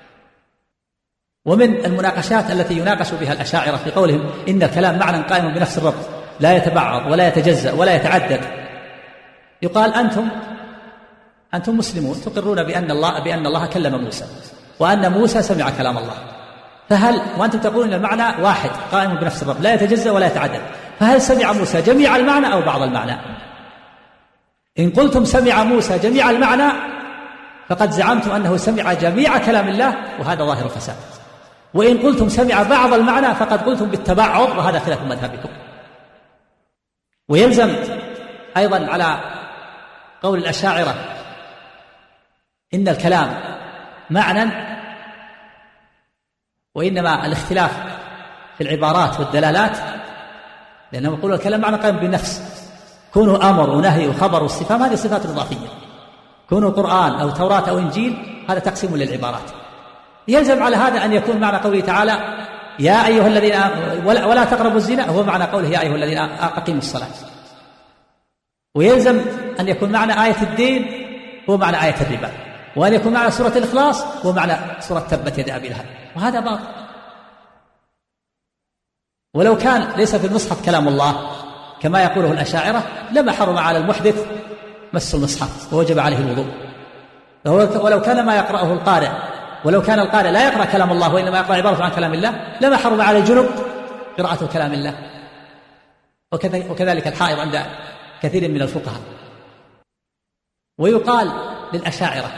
ومن المناقشات التي يناقش بها الأشاعرة في قولهم إن الكلام معنى قائم بنفس الرب لا يتبعض ولا يتجزأ ولا يتعدد، يقال أنتم مسلمون تقرون بأن الله كلم موسى وأن موسى سمع كلام الله، وأنتم تقولون أن المعنى واحد قائم بنفس الرب لا يتجزأ ولا يتعدد، فهل سمع موسى جميع المعنى أو بعض المعنى؟ إن قلتم سمع موسى جميع المعنى فقد زعمتم أنه سمع جميع كلام الله، وهذا ظاهر فساد. وإن قلتم سمع بعض المعنى فقد قلتم بالتبعض، وهذا خلاف مذهبكم. ويلزم أيضا على قول الأشاعرة إن الكلام معنى، وإنما الاختلاف في العبارات والدلالات، لأنهم يقولون الكلام معنى قائم بالنفس، كونه أمر ونهي وخبر واستفهام هذه صفات إضافية، كونه قرآن أو توراة أو إنجيل هذا تقسيم للعبارات. يلزم على هذا أن يكون معنى قوله تعالى يا أيها الذين ولا تقربوا الزنا هو معنى قوله يا أيها الذين أقيموا الصلاة، ويلزم أن يكون معنى آية الدين هو معنى آية الربا، وأن يكون معنى سورة الإخلاص هو معنى سورة تبت يد أبي لهب، وهذا باطل. ولو كان ليس في المصحف كلام الله كما يقوله الأشاعرة لما حرم على المحدث مس المصحف ووجب عليه الوضوء، ولو كان ما يقرأه القارئ، ولو كان القارئ لا يقرأ كلام الله وإنما يقرأ عبارة عن كلام الله لما حرم على الجنب قراءة كلام الله، وكذلك الحائض عند كثير من الفقهاء. ويقال للأشاعرة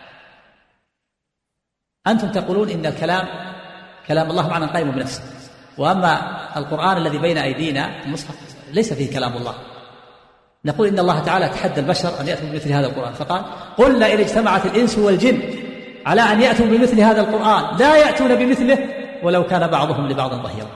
أنتم تقولون إن الكلام كلام الله معنى قائم بنفسه، وأما القرآن الذي بين أيدينا المصحف ليس فيه كلام الله. نقول إن الله تعالى تحدى البشر أن يأتوا بمثل هذا القرآن، فقال قل إن اجتمعت الإنس والجن على أن يأتوا بمثل هذا القرآن لا يأتون بمثله ولو كان بعضهم لبعض ظهيرا.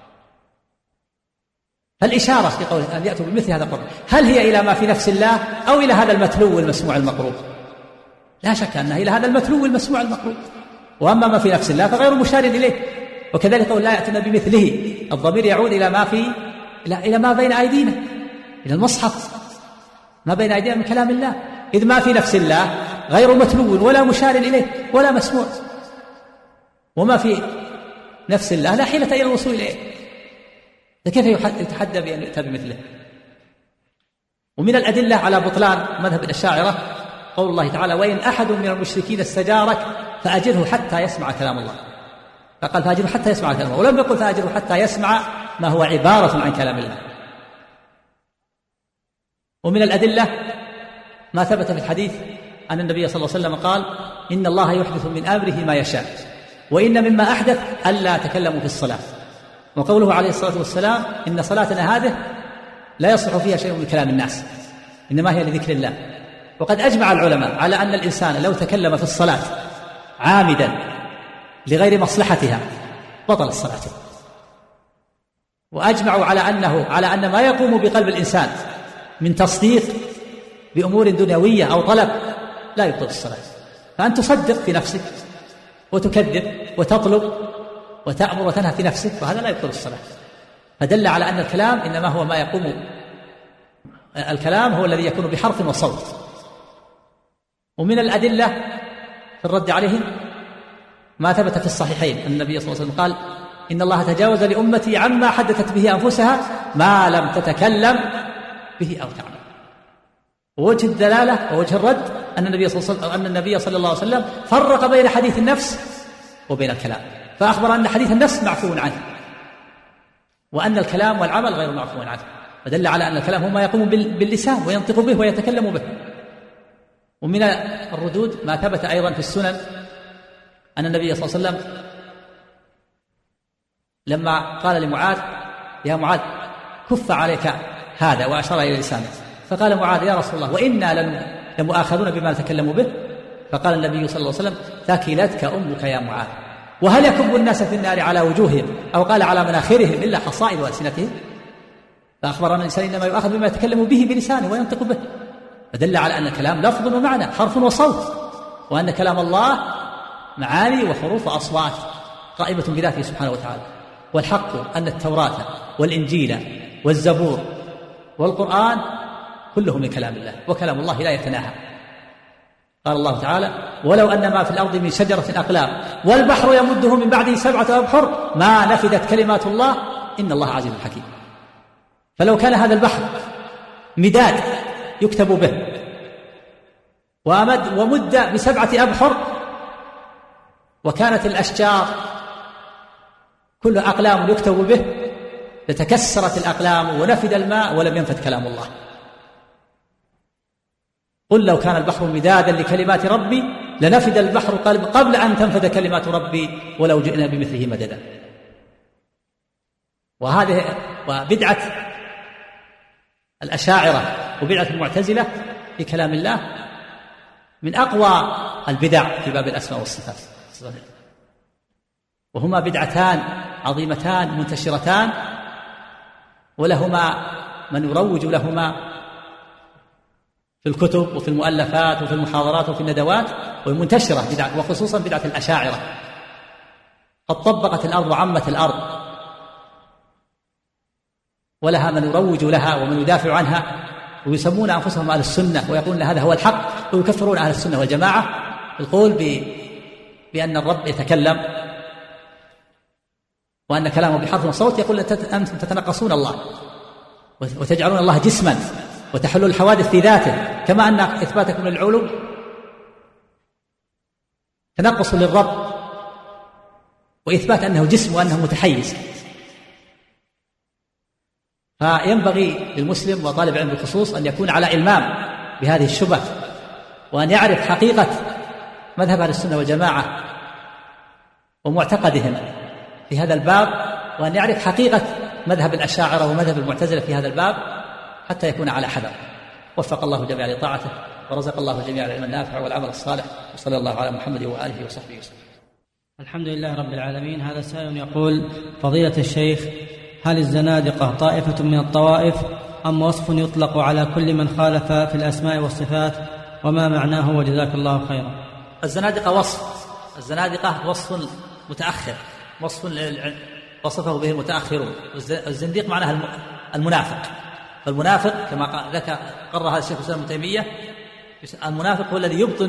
فالإشارة في قوله أن يأتوا بمثل هذا القرآن هل هي إلى ما في نفس الله أو إلى هذا المتلو المسموع المقروء؟ لا شك أنها إلى هذا المتلو المسموع المقروء، وأما ما في نفس الله فغير مشار إليه. وكذلك قول لا يأتون بمثله الضمير يعود إلى ما بين أيدينا، إلى المصحف ما بين أيدينا من كلام الله، إذ ما في نفس الله غير متلو ولا مشار إليه ولا مسموع، وما في نفس الله لا حيلة إلى الوصول إليه، فكيف يتحدى بأن يؤتى بمثله؟ ومن الأدلة على بطلان مذهب الأشاعرة قول الله تعالى وإن أحد من المشركين استجارك فأجره حتى يسمع كلام الله، فقال فأجره حتى يسمع كلام الله، ولم يقل فأجره حتى يسمع ما هو عبارة عن كلام الله. ومن الأدلة ما ثبت في الحديث أن النبي صلى الله عليه وسلم قال إن الله يحدث من أمره ما يشاء، وإن مما أحدث ألا تكلموا في الصلاة، وقوله عليه الصلاة والسلام إن صلاتنا هذه لا يصلح فيها شيء من كلام الناس إنما هي لذكر الله. وقد أجمع العلماء على أن الإنسان لو تكلم في الصلاة عامدا لغير مصلحتها بطل الصلاة، وأجمعوا على أن ما يقوم بقلب الإنسان من تصديق بأمور دنيوية أو طلب لا يبطل الصلاة، فأن تصدق في نفسك وتكذب وتطلب وتأمر وتنهى في نفسك وهذا لا يبطل الصلاة. فدل على أن الكلام إنما هو ما يقوم، الكلام هو الذي يكون بحرف وصوت. ومن الأدلة في الرد عليهم ما ثبت في الصحيحين أن النبي صلى الله عليه وسلم قال إن الله تجاوز لأمتي عما حدثت به أنفسها ما لم تتكلم به أو تعمل. ووجه الدلالة ووجه الرد أن النبي صلى الله عليه وسلم فرق بين حديث النفس وبين الكلام، فأخبر أن حديث النفس معفو عنه وأن الكلام والعمل غير معفو عنه، فدل على أن الكلام هو ما يقوم باللسان وينطق به ويتكلم به. ومن الردود ما ثبت أيضا في السنن أن النبي صلى الله عليه وسلم لما قال لمعاذ يا معاذ كف عليك هذا وأشار إلى لسانه، فقال معاذ يا رسول الله وإنا لمؤاخذون بما نتكلم به، فقال النبي صلى الله عليه وسلم ثكلتك أمك يا معاذ، وهل يكب الناس في النار على وجوههم أو قال على مناخرهم إلا حصائد ألسنتهم؟ فأخبر أن الإنسان إنما يؤاخذ بما يتكلم به بلسانه وينطق به، فدل على أن الكلام لفظ ومعنى، حرف وصوت، وأن كلام الله معاني وحروف وأصوات قائمة بذاته سبحانه وتعالى. والحق أن التوراة والإنجيل والزبور والقرآن كله من كلام الله، وكلام الله لا يتناهى. قال الله تعالى: ولو أن ما في الأرض من شجرة أقلام والبحر يمده من بعده 7 أبحر ما نفدت كلمات الله إن الله عزيز حكيم. فلو كان هذا البحر مداد يكتب به ومد ب7 أبحر، وكانت الأشجار كل أقلام يكتب به، لتكسرت الأقلام ونفد الماء ولم ينفد كلام الله. قل لو كان البحر مدادا لكلمات ربي لنفد البحر قبل أن تنفد كلمات ربي ولو جئنا بمثله مددا. وهذه وبدعة الأشاعرة وبدعة المعتزلة في كلام الله من أقوى البدع في باب الأسماء والصفات، وهما بدعتان عظيمتان منتشرتان، ولهما من يروج لهما في الكتب وفي المؤلفات وفي المحاضرات وفي الندوات، والمنتشرة بدعة، وخصوصا بدعة الأشاعرة. قد طبقت الأرض وعمت الأرض، ولها من يروج لها ومن يدافع عنها، ويسمون أنفسهم أهل السنة ويقولون هذا هو الحق، ويكفرون أهل السنة والجماعة القول بأن الرب يتكلم وأن كلامه بحرف وصوت. يقول أنتم تتنقصون الله وتجعلون الله جسما وتحلوا الحوادث في ذاته، كما أن إثباتكم للعلو تنقص للرب وإثبات أنه جسم وأنه متحيز. فينبغي للمسلم وطالب العلم بالخصوص أن يكون على إلمام بهذه الشبه، وأن يعرف حقيقة مذهب أهل السنة والجماعة ومعتقدهم في هذا الباب، وأن يعرف حقيقة مذهب الأشاعرة ومذهب المعتزلة في هذا الباب حتى يكون على حذر. وفق الله جميعا لطاعته، ورزق الله جميعا العلم النافع والعمل الصالح، وصلى الله على محمد وآله وصحبه وسلم.
الحمد لله رب العالمين. هذا سائل يقول: فضيلة الشيخ، هل الزنادقة طائفة من الطوائف أم وصف يطلق على كل من خالف في الأسماء والصفات؟ وما معناه؟ وجزاك الله خيرا.
الزنادقة الزنادقة وصف متأخر، وصفه به المتأخرون. الزنديق معناه المنافق. فالمنافق كما قرر هذا الشيخ الإسلام ابن تيمية، المنافق هو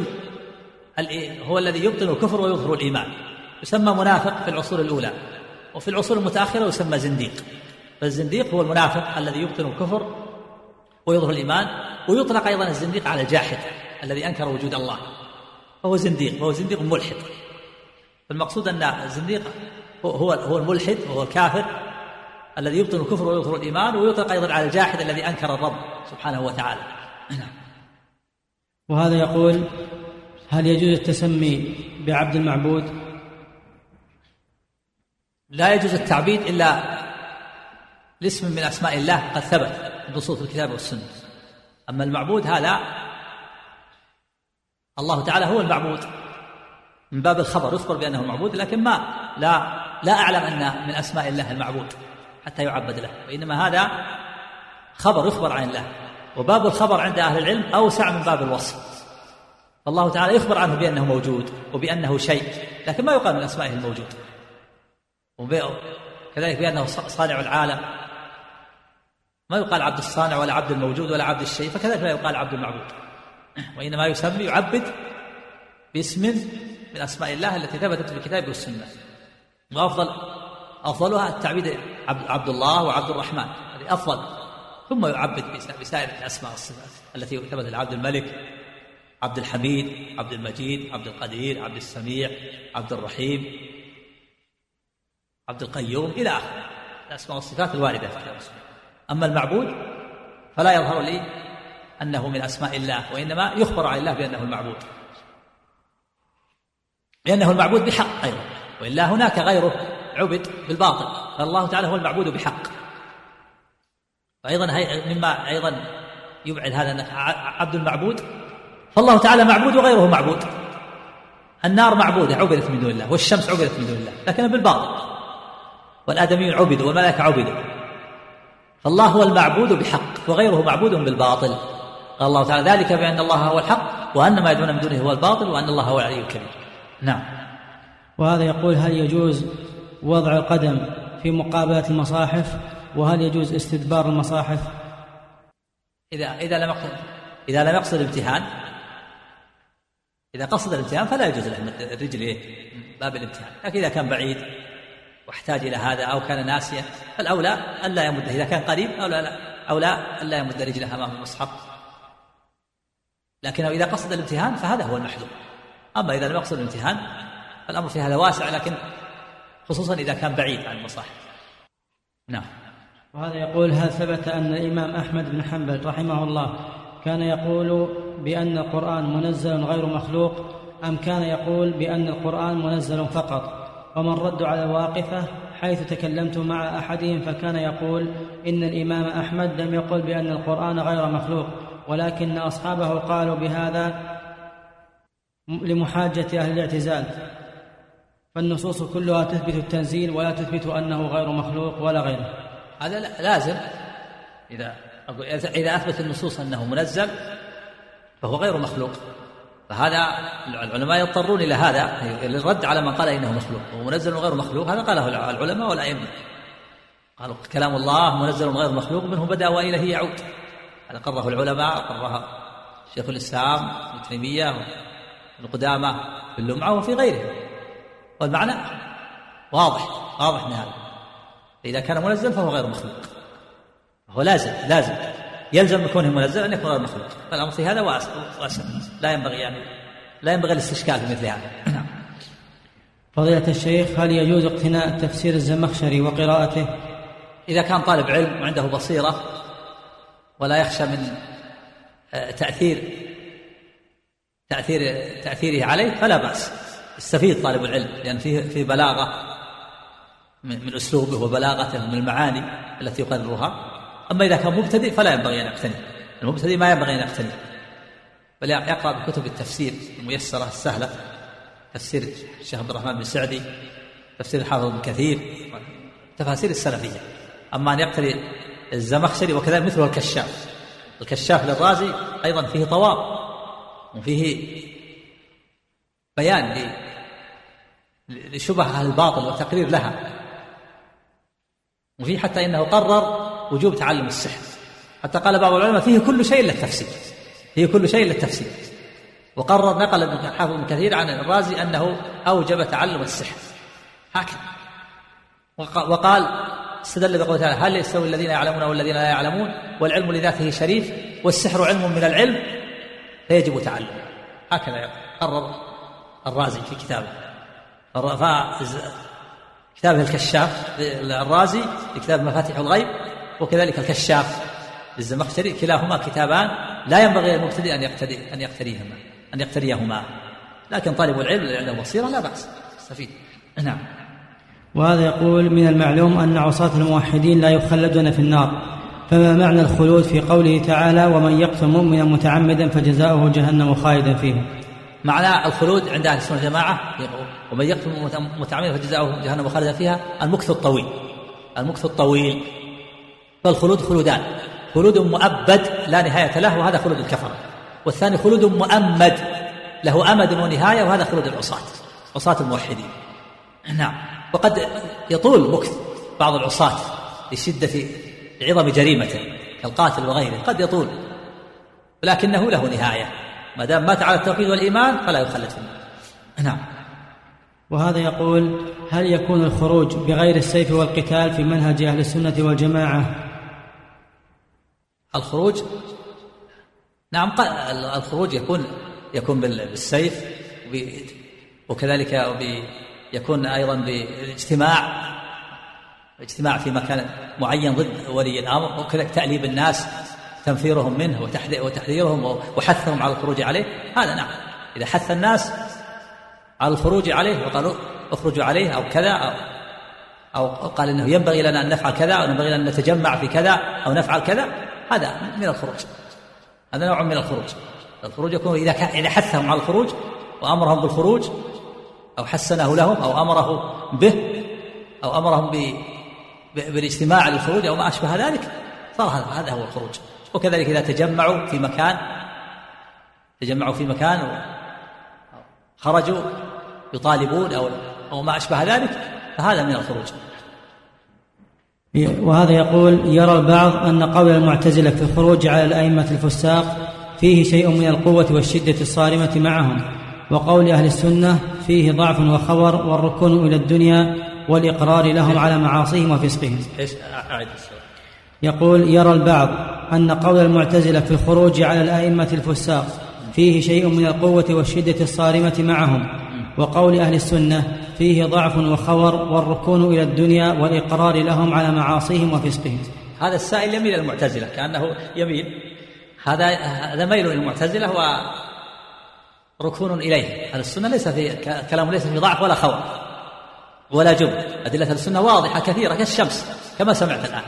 الذي يبطن الكفر ويظهر الإيمان، يسمى منافق في العصور الأولى، وفي العصور المتأخرة يسمى زنديق. فالزنديق هو المنافق الذي يبطن الكفر ويظهر الإيمان. ويطلق أيضا الزنديق على الجاحد الذي أنكر وجود الله، فهو زنديق ملحد. فالمقصود أن الزنديق هو الملحد وهو الكافر الذي يبطن الكفر ويظهر الإيمان. ويطلق أيضا على الجاحد الذي أنكر الرب سبحانه وتعالى.
وهذا يقول: هل يجوز التسمي بعبد المعبود؟
لا يجوز التعبيد إلا لاسم من أسماء الله قد ثبت بنصوص الكتاب والسنة. أما المعبود هذا الله تعالى هو المعبود من باب الخبر، يخبر بأنه المعبود، لكن لا أعلم أن من أسماء الله المعبود حتى يعبد له، وإنما هذا خبر يخبر عن الله. وباب الخبر عند أهل العلم أوسع من باب الوصف. الله تعالى يخبر عنه بأنه موجود وبأنه شيء، لكن ما يقال من أسمائه الموجود. وكذلك بأنه صانع العالم، ما يقال عبد الصانع ولا عبد الموجود ولا عبد الشيء، فكذلك لا يقال عبد المعبود، وإنما يعبد باسم من أسماء الله التي ثبتت في الكتاب والسنة. وأفضلها التعبيد عبد الله وعبد الرحمن، هذه أفضل، ثم يعبد بسائر الأسماء والصفات التي ثبتت: عبد الملك، عبد الحميد، عبد المجيد، عبد القدير، عبد السميع، عبد الرحيم، عبد القيوم، إلى آخر الأسماء والصفات الواردة في الكتاب والسنة. أما المعبود فلا يظهر لي أنه من أسماء الله، وإنما يخبر عن الله بأنه المعبود، لأنه المعبود بحق أيضا، وإلا هناك غيره عبد بالباطل، فالله تعالى هو المعبود بحق. فأيضا مما أيضا يبعد هذا عبد المعبود، فالله تعالى معبود وغيره معبود، النار معبودة عبدت من دون الله، والشمس عبدت من دون الله، لكن بالباطل، والآدميون عبدوا والملائكة عبدوا، فالله هو المعبود بحق وغيره معبود بالباطل. قال الله تعالى: ذلك بأن الله هو الحق وأن ما يدعون من دونه هو الباطل وأن الله هو العلي الكبير. نعم.
وهذا يقول: هل يجوز وضع القدم في مقابلة المصاحف؟ وهل يجوز استدبار المصاحف؟
إذا لم يقصد الامتحان، إذا قصد الامتحان فلا يجوز له الرجل باب الامتحان، لكن إذا كان بعيد واحتاج إلى هذا أو كان ناسيا فالأولى ألا يمده، إذا كان قريب أولى ألا يمد رجله أمام المصحف، لكنه إذا قصد الامتحان فهذا هو المحذور. أما إذا لم يقصد الامتحان فالأمر في هذا واسع، لكن خصوصا إذا كان بعيد عن المصاحف. نعم.
وهذا يقول: هل ثبت أن الإمام أحمد بن حنبل رحمه الله كان يقول بأن القرآن منزل غير مخلوق، أم كان يقول بأن القرآن منزل فقط؟ ومن رد على الواقفة حيث تكلمت مع أحدهم فكان يقول إن الإمام أحمد لم يقل بأن القرآن غير مخلوق، ولكن أصحابه قالوا بهذا لمحاجة أهل الاعتزال، فالنصوص كلها تثبت التنزيل ولا تثبت أنه غير مخلوق ولا غيره.
هذا لازم، إذا أثبت النصوص أنه منزل فهو غير مخلوق، فهذا العلماء يضطرون إلى هذا للرد على من قال إنه مخلوق ومنزل غير مخلوق. هذا قاله العلماء والأئمة، قالوا كلام الله منزل غير مخلوق منه بدأ وإليه يعود. هذا قرره العلماء، قرها شيخ الإسلام ابن تيمية وابن قدامة في اللمعة وفي غيره، والمعنى واضح من هذا. إذا كان منزل فهو غير مخلوق، فهو لازم يلزم بكونه منزل أن يكون غير مخلوق. فالأمر في هذا واسع، لا ينبغي الاستشكال في مثل هذا.
فضيلة الشيخ، هل يجوز اقتناء تفسير الزمخشري وقراءته؟
إذا كان طالب علم وعنده بصيرة ولا يخشى من تأثيره عليه فلا بأس، يستفيد طالب العلم، لأن فيه بلاغة من أسلوبه وبلاغته من المعاني التي يقررها. أما إذا كان مبتدئ فلا ينبغي أن يقتني، المبتدئ ما ينبغي أن يقتني، بل يقرأ بكتب التفسير الميسرة السهلة، تفسير الشيخ عبد الرحمن بن سعدي، تفسير الحافظ بن كثير، تفاسير السلفية. أما أن يقتني الزمخشري وكذلك مثله الكشاف للرازي أيضا فيه طواب وفيه بيان لشبه أهل الباطل وتقرير لها، وفيه حتى إنه قرر وجوب تعلم السحر، حتى قال بعض العلماء فيه كل شيء إلا التفسير، وقرر نقل الحافظ بن كثير عن الرازي أنه أوجب تعلم السحر هكذا، وقال استدل بقوله تعالى: هل يستوي الذين يعلمون والذين لا يعلمون والعلم لذاته شريف والسحر علم من العلم فيجب تعلمه. هكذا قرر الرازي في كتابه، كتابه الكشاف الرازي في كتاب مفاتيح الغيب، وكذلك الكشاف للزمخشري، كلاهما كتابان لا ينبغي للمبتدئ أن يقتريهما، لكن طالب العلم الذي عنده بصيرة لا بأس يستفيد. نعم.
وهذا يقول: من المعلوم أن عصاة الموحدين لا يخلدون في النار، فما معنى الخلود في قوله تعالى: ومن يقتل مؤمنا متعمدا فجزاؤه جهنم خالدا فيها؟
معنى الخلود عند أهل السنة والجماعة: ومن يقتل متعمدا فجزاؤه جهنم خالدا فيها، المكث الطويل. فالخلود خلودان: خلود مؤبد لا نهاية له وهذا خلود الكفر، والثاني خلود مؤمد له أمد ونهاية وهذا خلود عصاة الموحدين. نعم. وقد يطول مكث بعض العصاة لشدة عظم جريمته كالقاتل وغيره، قد يطول، ولكنه له نهاية، ما دام مات على التوحيد والإيمان فلا يخلد في النار. نعم.
وهذا يقول: هل يكون الخروج بغير السيف والقتال في منهج أهل السنة والجماعة؟
الخروج نعم، الخروج يكون بالسيف، وكذلك يكون أيضا بالاجتماع في مكان معين ضد ولي الأمر، وكذلك تأليب الناس، تنفيرهم منه وتحذيرهم وحثهم على الخروج عليه. هذا نعم، إذا حث الناس على الخروج عليه وقالوا اخرجوا عليه أو كذا، أو قال إنه ينبغي لنا أن نفعل كذا، أو ينبغي لنا أن نتجمع في كذا أو نفعل كذا، هذا من الخروج، هذا نوع من الخروج. الخروج يكون إذا حثهم على الخروج وأمرهم بالخروج أو حسنه لهم أو أمره به أو أمرهم بالاجتماع للخروج أو ما أشبه ذلك، صار هذا هو الخروج. وكذلك إذا تجمعوا في مكان خرجوا يطالبون أو ما أشبه ذلك، فهذا من الخروج.
وهذا يقول: يرى البعض أن قول المعتزلة في الخروج على الأئمة الفساق فيه شيء من القوة والشدة الصارمة معهم، وقول أهل السنة فيه ضعف وخور والركون إلى الدنيا والإقرار لهم على معاصيهم وفسقهم. يقول: يرى البعض أن قول المعتزلة في الخروج على الأئمة الفساق فيه شيء من القوة والشدة الصارمة معهم، وقول أهل السنة فيه ضعف وخور والركون إلى الدنيا والإقرار لهم على معاصيهم وفسقهم.
هذا السائل يميل إلى المعتزلة، كأنه يميل، هذا ميل إلى المعتزلة وركون إليه. أهل السنة ليس في كلام، ليس في ضعف ولا خور ولا جبن. أدلة السنة واضحة كثيرة كالشمس كما سمعت الآن.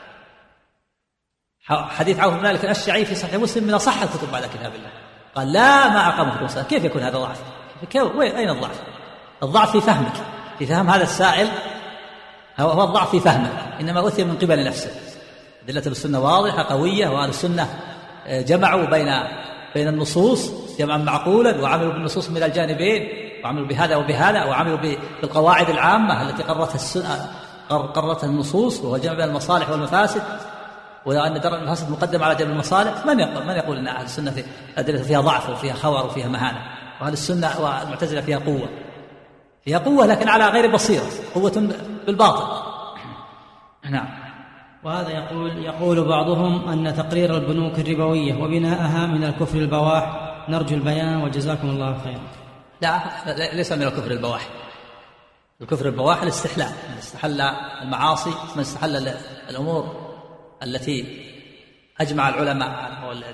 حديث عوف بن مالك الأشجعي في صحيح مسلم من أصح الكتب بعد كتاب الله، قال: لا ما أقام في الصلاة. كيف يكون هذا ضعف؟ أين الضعف؟ الضعف في فهمك، في فهم هذا السائل، هو الضعف في فهمه، إنما أثر من قبل نفسه. أدلة السنة واضحة قوية، وأهل السنة جمعوا بين النصوص جمعا معقولا، وعملوا بالنصوص من الجانبين، وعملوا بهذا وبهذا، وعملوا بالقواعد العامة التي قررتها النصوص، وهو جمع بين المصالح والمفاسد، ولو أن درء المفاسد مقدم على جلب المصالح. من يقول أن أهل السنة في أدلة فيها ضعف وفيها خور وفيها مهانة؟ وأهل السنة والمعتزلة فيها قوة لكن على غير بصيرة، قوة بالباطل. نعم.
وهذا يقول بعضهم أن تقرير البنوك الربوية وبناءها من الكفر البواح. نرجو البيان وجزاكم الله خيرا.
لا، ليس من الكفر البواح. الكفر البواح الاستحلال، من استحل المعاصي، من استحل الأمور التي أجمع العلماء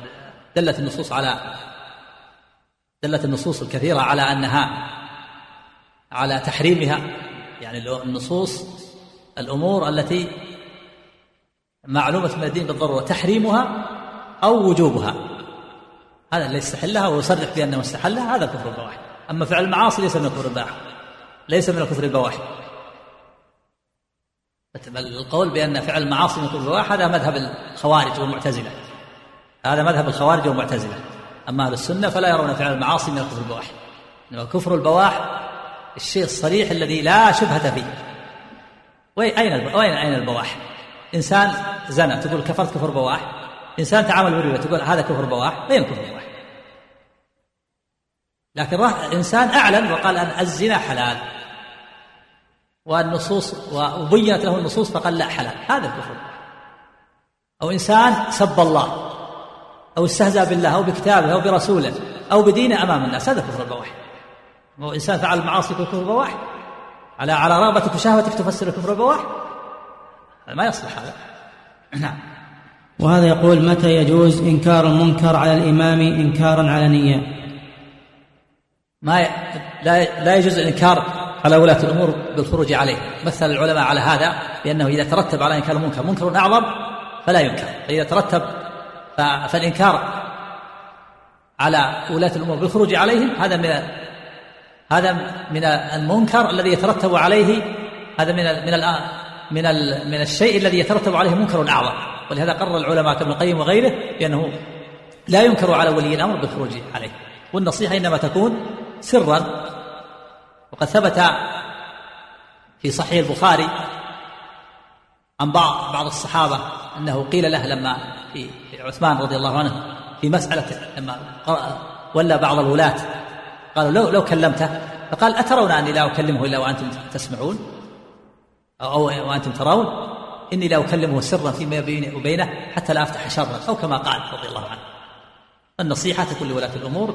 دلت النصوص الكثيرة على أنها على تحريمها، يعني النصوص الأمور التي معلومة من الدين بالضرورة تحريمها أو وجوبها، هذا اللي يستحلها ويصرح بأنه استحلها، هذا كفر البواح. أما فعل المعاصي ليس من الكفر البواح، ليس من الكفر البواح. القول بأن فعل المعاصي من الكفر البواح هذا مذهب الخوارج والمعتزلة، أما أهل السنة فلا يرون فعل المعاصي من الكفر البواح. إنما كفر البواح الشيء الصريح الذي لا شبهة فيه. أين البواح؟ إنسان زنى تقول كفرت كفر بواح، إنسان تعامل بالربا تقول هذا كفر بواح، أين كفر بواح؟ لكن إنسان أعلن وقال أن الزنا حلال، والنصوص وبينت له النصوص فقال لا حلال، هذا كفر بواح. أو إنسان سب الله أو استهزأ بالله أو بكتابه أو برسوله أو بدينه أمام الناس، هذا كفر بواح. وإنسان فعل المعاصي كفر بواح على رغبتك وشهوتك تفسر الكفر بواح، ما يصلح هذا. نعم.
وهذا يقول: متى يجوز إنكار المنكر على الإمام إنكارا علنيا؟
لا يجوز الإنكار على ولاة الأمور بالخروج عليه. مثل العلماء على هذا بأنه إذا ترتب على إنكار المنكر منكر أعظم فلا ينكر، فإذا ترتب فالإنكار على ولاة الأمور بالخروج عليهم هذا من المنكر الذي يترتب عليه، هذا من الشيء الذي يترتب عليه منكر أعظم. ولهذا قرر العلماء كابن القيم وغيره بأنه لا ينكر على ولي الأمر بالخروج عليه، والنصيحة إنما تكون سرا. وقد ثبت في صحيح البخاري عن بعض الصحابة أنه قيل له لما في عثمان رضي الله عنه في مسألة لما ولى بعض الولاة، قالوا لو كلمته، فقال: أترون أني لا أكلمه إلا وأنتم تسمعون أو وأنتم ترون؟ إني لا أكلمه سرا فيما بيني وبينه حتى لا أفتح شرا، أو كما قال رضي الله عنه. النصيحة تكون لولاة الأمور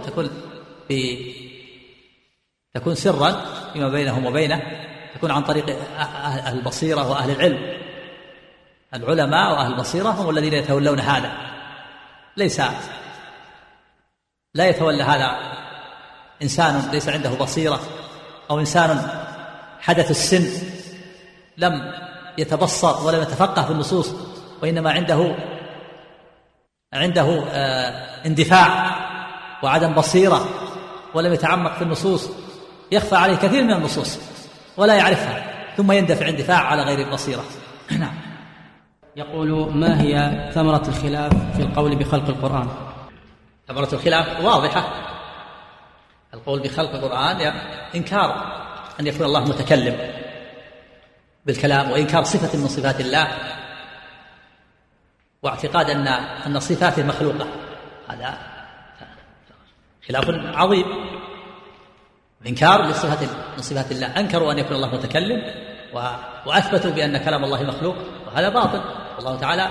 تكون سرا فيما بينهم وبينه، تكون عن طريق أهل البصيرة وأهل العلم. العلماء وأهل البصيرة هم الذين يتولون هذا، لا يتولى هذا إنسان ليس عنده بصيرة، أو إنسان حدث السن لم يتبصر ولم يتفقه في النصوص، وإنما عنده اندفاع وعدم بصيرة ولم يتعمق في النصوص يخفى عليه كثير من النصوص ولا يعرفها، ثم يندفع اندفاع على غير البصيرة. نعم.
يقول: ما هي ثمرة الخلاف في القول بخلق القرآن؟
ثمرة الخلاف واضحة. القول بخلق القرآن إنكار أن يكون الله متكلم بالكلام، وإنكار صفة من صفات الله، واعتقاد أن صفاته مخلوقة. هذا خلاف عظيم. إنكار لصفة من صفات الله، أنكروا أن يكون الله متكلم وأثبتوا بأن كلام الله مخلوق، وهذا باطل. الله تعالى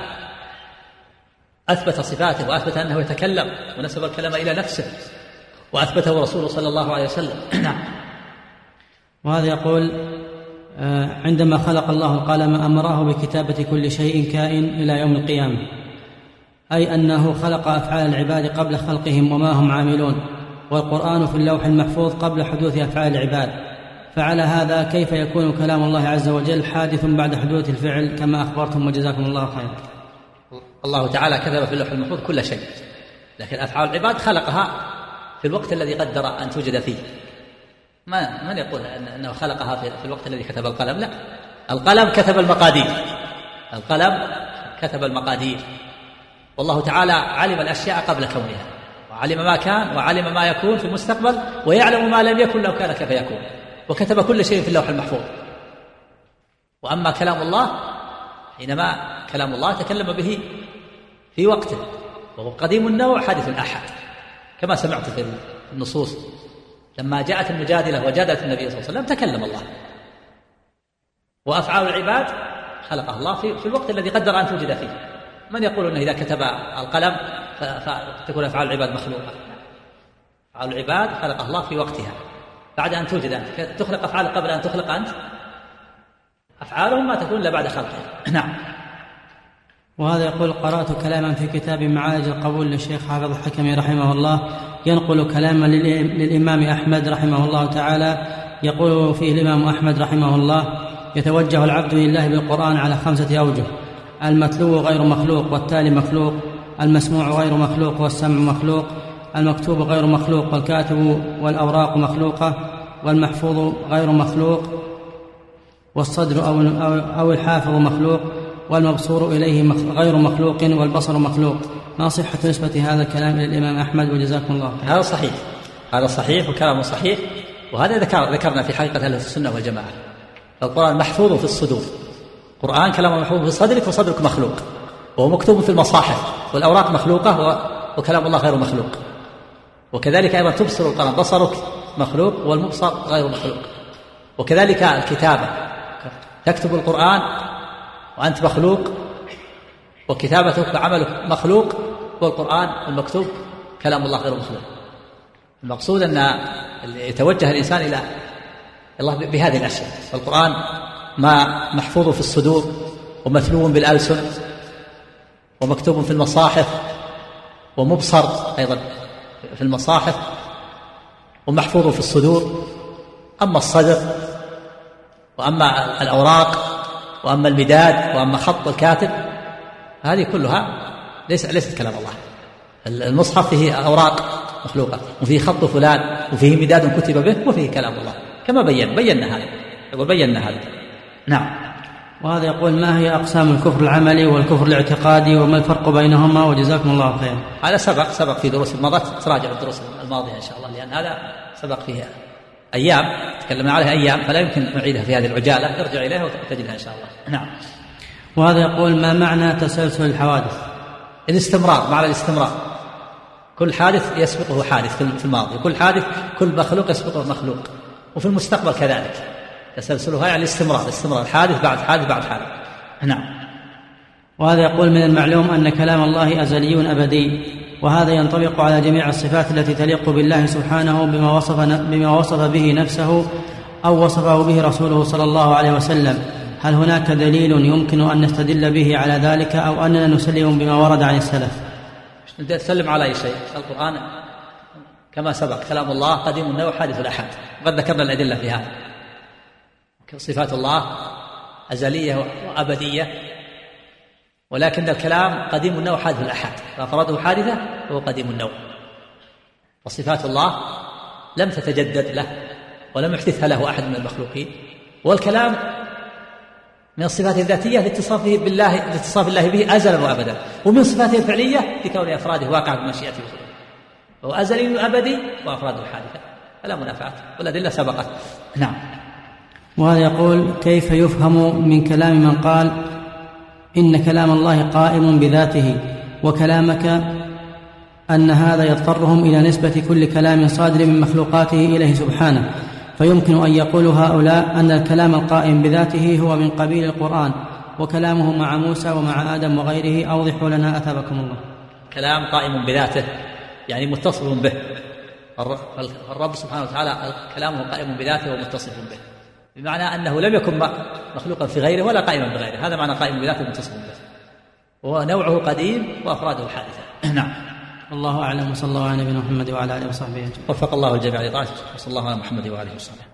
أثبت صفاته وأثبت أنه يتكلم ونسب الكلام إلى نفسه، وأثبته رسوله صلى الله عليه وسلم. نعم.
وهذا يقول: عندما خلق الله القلم أمره بكتابة كل شيء كائن إلى يوم القيامة، أي أنه خلق أفعال العباد قبل خلقهم وما هم عاملون، والقرآن في اللوح المحفوظ قبل حدوث أفعال العباد. فعلى هذا كيف يكون كلام الله عز وجل حادث بعد حدوث الفعل كما أخبرتم وجزاكم الله خيرا؟
الله تعالى كتب في اللوح المحفوظ كل شيء، لكن أفعال العباد خلقها في الوقت الذي قدر أن توجد فيه. من يقول أنه خلقها في الوقت الذي كتب القلم؟ لا، القلم كتب المقادير، القلم كتب المقادير، والله تعالى علم الأشياء قبل كونها، وعلم ما كان وعلم ما يكون في المستقبل، ويعلم ما لم يكن لو كان كيف يكون، وكتب كل شيء في اللوح المحفوظ. وأما كلام الله، حينما كلام الله تكلم به في وقته، وهو قديم النوع حادث الأحد، كما سمعت في النصوص لما جاءت المجادلة وجادلت النبي صلى الله عليه وسلم تكلم الله. وأفعال العباد خلقها الله في الوقت الذي قدر أن توجد فيه. من يقول أنه إذا كتب القلم فتكون أفعال العباد مخلوقة؟ أفعال العباد خلقها الله في وقتها بعد أن توجد أنت. تخلق أفعال قبل أن تخلق أنت؟ أفعالهم ما تكون إلا بعد خلقها. نعم.
وهذا يقول: قرأت كلاما في كتاب معالج القبول للشيخ حافظ الحكمي رحمه الله، ينقل كلاما للإمام أحمد رحمه الله تعالى، يقول فيه الإمام أحمد رحمه الله: يتوجه العبد لله بالقرآن على 5 أوجه: المتلو غير مخلوق، والتالي مخلوق، المسموع غير مخلوق، والسمع مخلوق، المكتوب غير مخلوق، والكاتب والأوراق مخلوقة، والمحفوظ غير مخلوق، والصدر أو الحافظ مخلوق، والمبصور إليه غير مخلوق، والبصر مخلوق. ما صحة نسبة هذا الكلام إلى الإمام أحمد وجزاكم الله خير؟
هذا صحيح، هذا صحيح وكلامه صحيح، وهذا ذكرنا في حقيقة أهل السنة والجماعة. القرآن محفوظ في الصدور، القرآن كلامه محفوظ في صدرك، وصدرك مخلوق، وهو مكتوب في المصاحف، والأوراق مخلوقة، وكلام الله غير مخلوق. وكذلك أيضا تبصر القرآن، بصرك مخلوق والمبصر غير مخلوق. وكذلك الكتابة، تكتب القرآن وأنت مخلوق، وكتابتك وعملك مخلوق، والقرآن المكتوب كلام الله غير مخلوق. المقصود أن يتوجه الإنسان إلى الله بهذه الأشياء. القرآن ما محفوظ في الصدور، ومتلو بالألسن، ومكتوب في المصاحف، ومبصر أيضا في المصاحف، ومحفوظ في الصدور. أما الصدر، وأما الأوراق، وأما المداد، وأما خط الكاتب، هذه كلها ليست كلام الله. المصحف فيه أوراق مخلوقة، وفيه خط فلان، وفيه مداد كتب به، وفيه كلام الله، كما بينا هذا. يقول بينا هذا. نعم.
وهذا يقول: ما هي أقسام الكفر العملي والكفر الاعتقادي، وما الفرق بينهما وجزاكم الله خير؟
هذا سبق في دروس مضت، تراجع الدروس الماضية إن شاء الله، لأن هذا سبق فيها أيام تكلمنا عليها أيام، فلا يمكن نعيدها في هذه العجالة، ارجع إليها وتجدها إن شاء الله. نعم.
وهذا يقول: ما معنى تسلسل الحوادث؟
الاستمرار، معنى الاستمرار، كل حادث يسبقه حادث في الماضي، كل حادث، كل مخلوق يسبقه مخلوق، وفي المستقبل كذلك. تسلسلها يعني الاستمرار، حادث بعد حادث بعد حادث. نعم.
وهذا يقول: من المعلوم أن كلام الله أزلي أبدي، وهذا ينطبق على جميع الصفات التي تليق بالله سبحانه بما وصف به نفسه أو وصفه به رسوله صلى الله عليه وسلم. هل هناك دليل يمكن أن نستدل به على ذلك، أو أننا نسلم بما ورد عن السلف؟
تسلم على أي شيء. القرآن كما سبق كلام الله قديم النوع حادث الأحد، وقد ذكرنا الأدلة في هذا. صفات الله أزلية وأبدية، ولكن الكلام قديم النوع حادث الأحد، فأفراده حادثة وهو قديم النوع. وصفات الله لم تتجدد له ولم يحدثها له أحد من المخلوقين. والكلام من الصفات الذاتية لاتصاف الله به أزلا وأبدا، ومن صفاته الفعلية لكون أفراده واقع بمشيئته وخلقه، وهو أزلي وأبدي وأفراده حادثة، فلا منافعة والأدلة سبقت. نعم.
وهذا يقول: كيف يفهم من كلام من قال إن كلام الله قائم بذاته، وكلامك أن هذا يضطرهم إلى نسبة كل كلام صادر من مخلوقاته إليه سبحانه، فيمكن أن يقول هؤلاء أن الكلام القائم بذاته هو من قبيل القرآن، وكلامه مع موسى ومع آدم وغيره. أوضحوا لنا أثابكم الله.
كلام قائم بذاته يعني متصف به، الرب سبحانه وتعالى كلامه قائم بذاته ومتصف به، بمعنى أنه لم يكن مخلوقا في غيره ولا قائما بغيره، هذا معنى قائم بذاته ومتصف به، ونوعه قديم وأفراده حادثة. نعم.
والله أعلم، وصلى الله على نبينا محمد وعلى آله وصحبه أجمعين.
وفق الله الجميع لطاعته، وصلى الله على محمد وآله وصحبه.